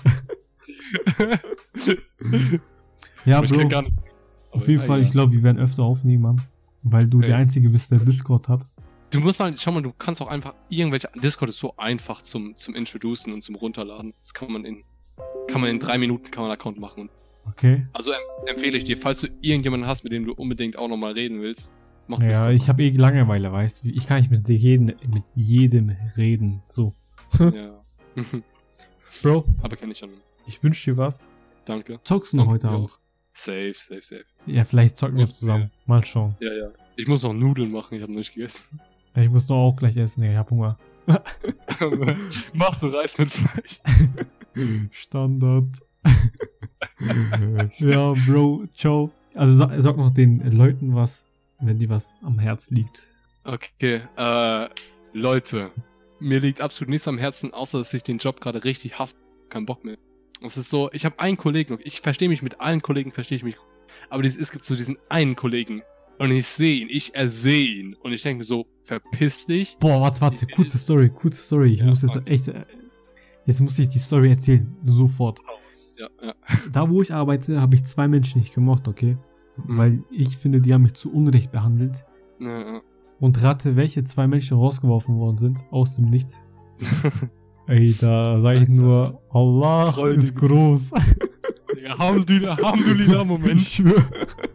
Ja, Bro. Auf jeden Fall, ich glaube, wir werden öfter aufnehmen, Mann. Weil du der Einzige bist, der Discord hat.
Du musst halt, schau mal, du kannst auch einfach Discord ist so einfach zum Introducen und zum Runterladen. Das kann man in 3 Minuten einen Account machen.
Okay.
Also empfehle ich dir, falls du irgendjemanden hast, mit dem du unbedingt auch nochmal reden willst, mach
das. Ja, ich habe Langeweile, weißt du. Ich kann nicht mit jedem reden. So.
Ja.
Bro.
Aber kenn ich schon.
Ich wünsche dir was.
Danke.
Zockst du noch heute Abend?
Auch. Safe.
Ja, vielleicht zocken wir zusammen. Mal schauen.
Ja. Ich muss noch Nudeln machen, ich habe noch nicht gegessen.
Ja, ich muss doch auch gleich essen, ich hab Hunger.
Machst du Reis mit Fleisch?
Standard. Ja, Bro, ciao. Also sag noch den Leuten was, wenn dir was am Herz liegt.
Okay, Leute, mir liegt absolut nichts am Herzen, außer dass ich den Job gerade richtig hasse. Kein Bock mehr. Es ist so, ich habe einen Kollegen, ich verstehe mich mit allen Kollegen, aber es gibt so diesen einen Kollegen und ich sehe ihn, ich ersehe ihn und ich denke mir so, verpiss dich.
Boah, warte, kurze Story. Ich muss jetzt muss ich die Story erzählen, sofort.
Ja.
Da, wo ich arbeite, habe ich 2 Menschen nicht gemocht, okay? Weil ich finde, die haben mich zu Unrecht behandelt.
Ja.
Und rate, welche 2 Menschen rausgeworfen worden sind, aus dem Nichts. Ey, da sag ich nur, Allah
Freudig.
ist groß.
Ja, Alhamdulillah, Moment.
Ich schwör.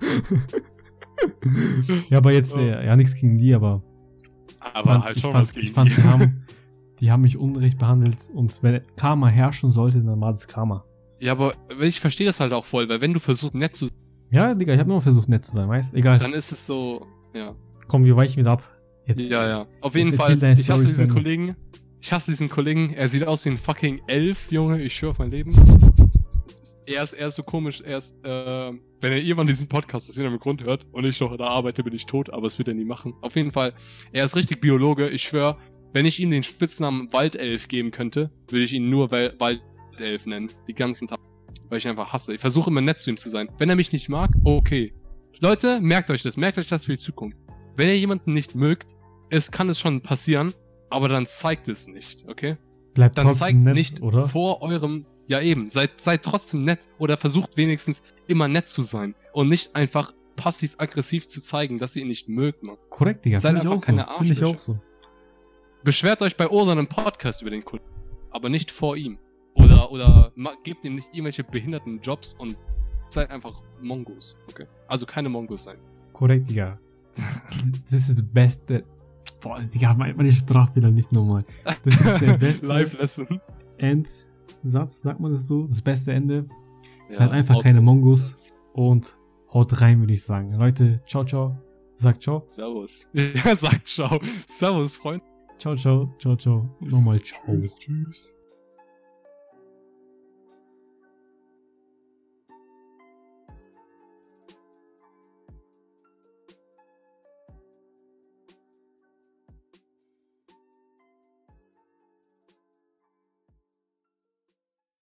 Ja, aber jetzt, ja, nichts gegen die, aber ich fand, die haben mich unrecht behandelt und wenn Karma herrschen sollte, dann war das Karma.
Ja, aber ich verstehe das halt auch voll, weil wenn du versuchst, nett zu sein,
ja, Digga, ich habe nur versucht, nett zu sein, weißt? Egal.
dann ist es so, ja.
Komm, wir weichen wieder ab. Jetzt.
Ja. Auf jeden Fall, ich hasse diesen Kollegen, er sieht aus wie ein fucking Elf, Junge, ich schwör auf mein Leben. Er ist so komisch, wenn er irgendwann diesen Podcast aus irgendeinem Grund hört und ich noch da arbeite, bin ich tot, aber das wird er nie machen. Auf jeden Fall, er ist richtig Biologe, ich schwör, wenn ich ihm den Spitznamen Waldelf geben könnte, würde ich ihn nur Waldelf nennen, die ganzen Tag, weil ich ihn einfach hasse. Ich versuche immer nett zu ihm zu sein. Wenn er mich nicht mag, okay. Leute, merkt euch das für die Zukunft. Wenn ihr jemanden nicht mögt, kann es schon passieren, aber dann zeigt es nicht, okay?
Bleibt
dann
trotzdem
zeigt
nett,
nicht
oder?
Vor eurem, ja eben, seid trotzdem nett oder versucht wenigstens immer nett zu sein und nicht einfach passiv-aggressiv zu zeigen, dass ihr ihn nicht mögt, man.
Korrekt, Digga.
Seid einfach keine
so. Finde ich auch so.
Beschwert euch bei Ursan im Podcast über den Kunden, aber nicht vor ihm. Oder gebt ihm nicht irgendwelche behinderten Jobs und seid einfach Mongos, okay? Also keine Mongos sein.
Korrekt, Digga. Das ist das Beste. Boah, Digga, meine Sprachfehler nicht nochmal. Das ist der beste
Live-Lesson.
Endsatz, sagt man das so? Das beste Ende.
Ja,
Seid einfach keine Mongos und haut rein, würde ich sagen. Leute, ciao. Sagt ciao.
Servus. Ja, sagt ciao. Servus, Freund.
Ciao. Nochmal ciao.
Tschüss.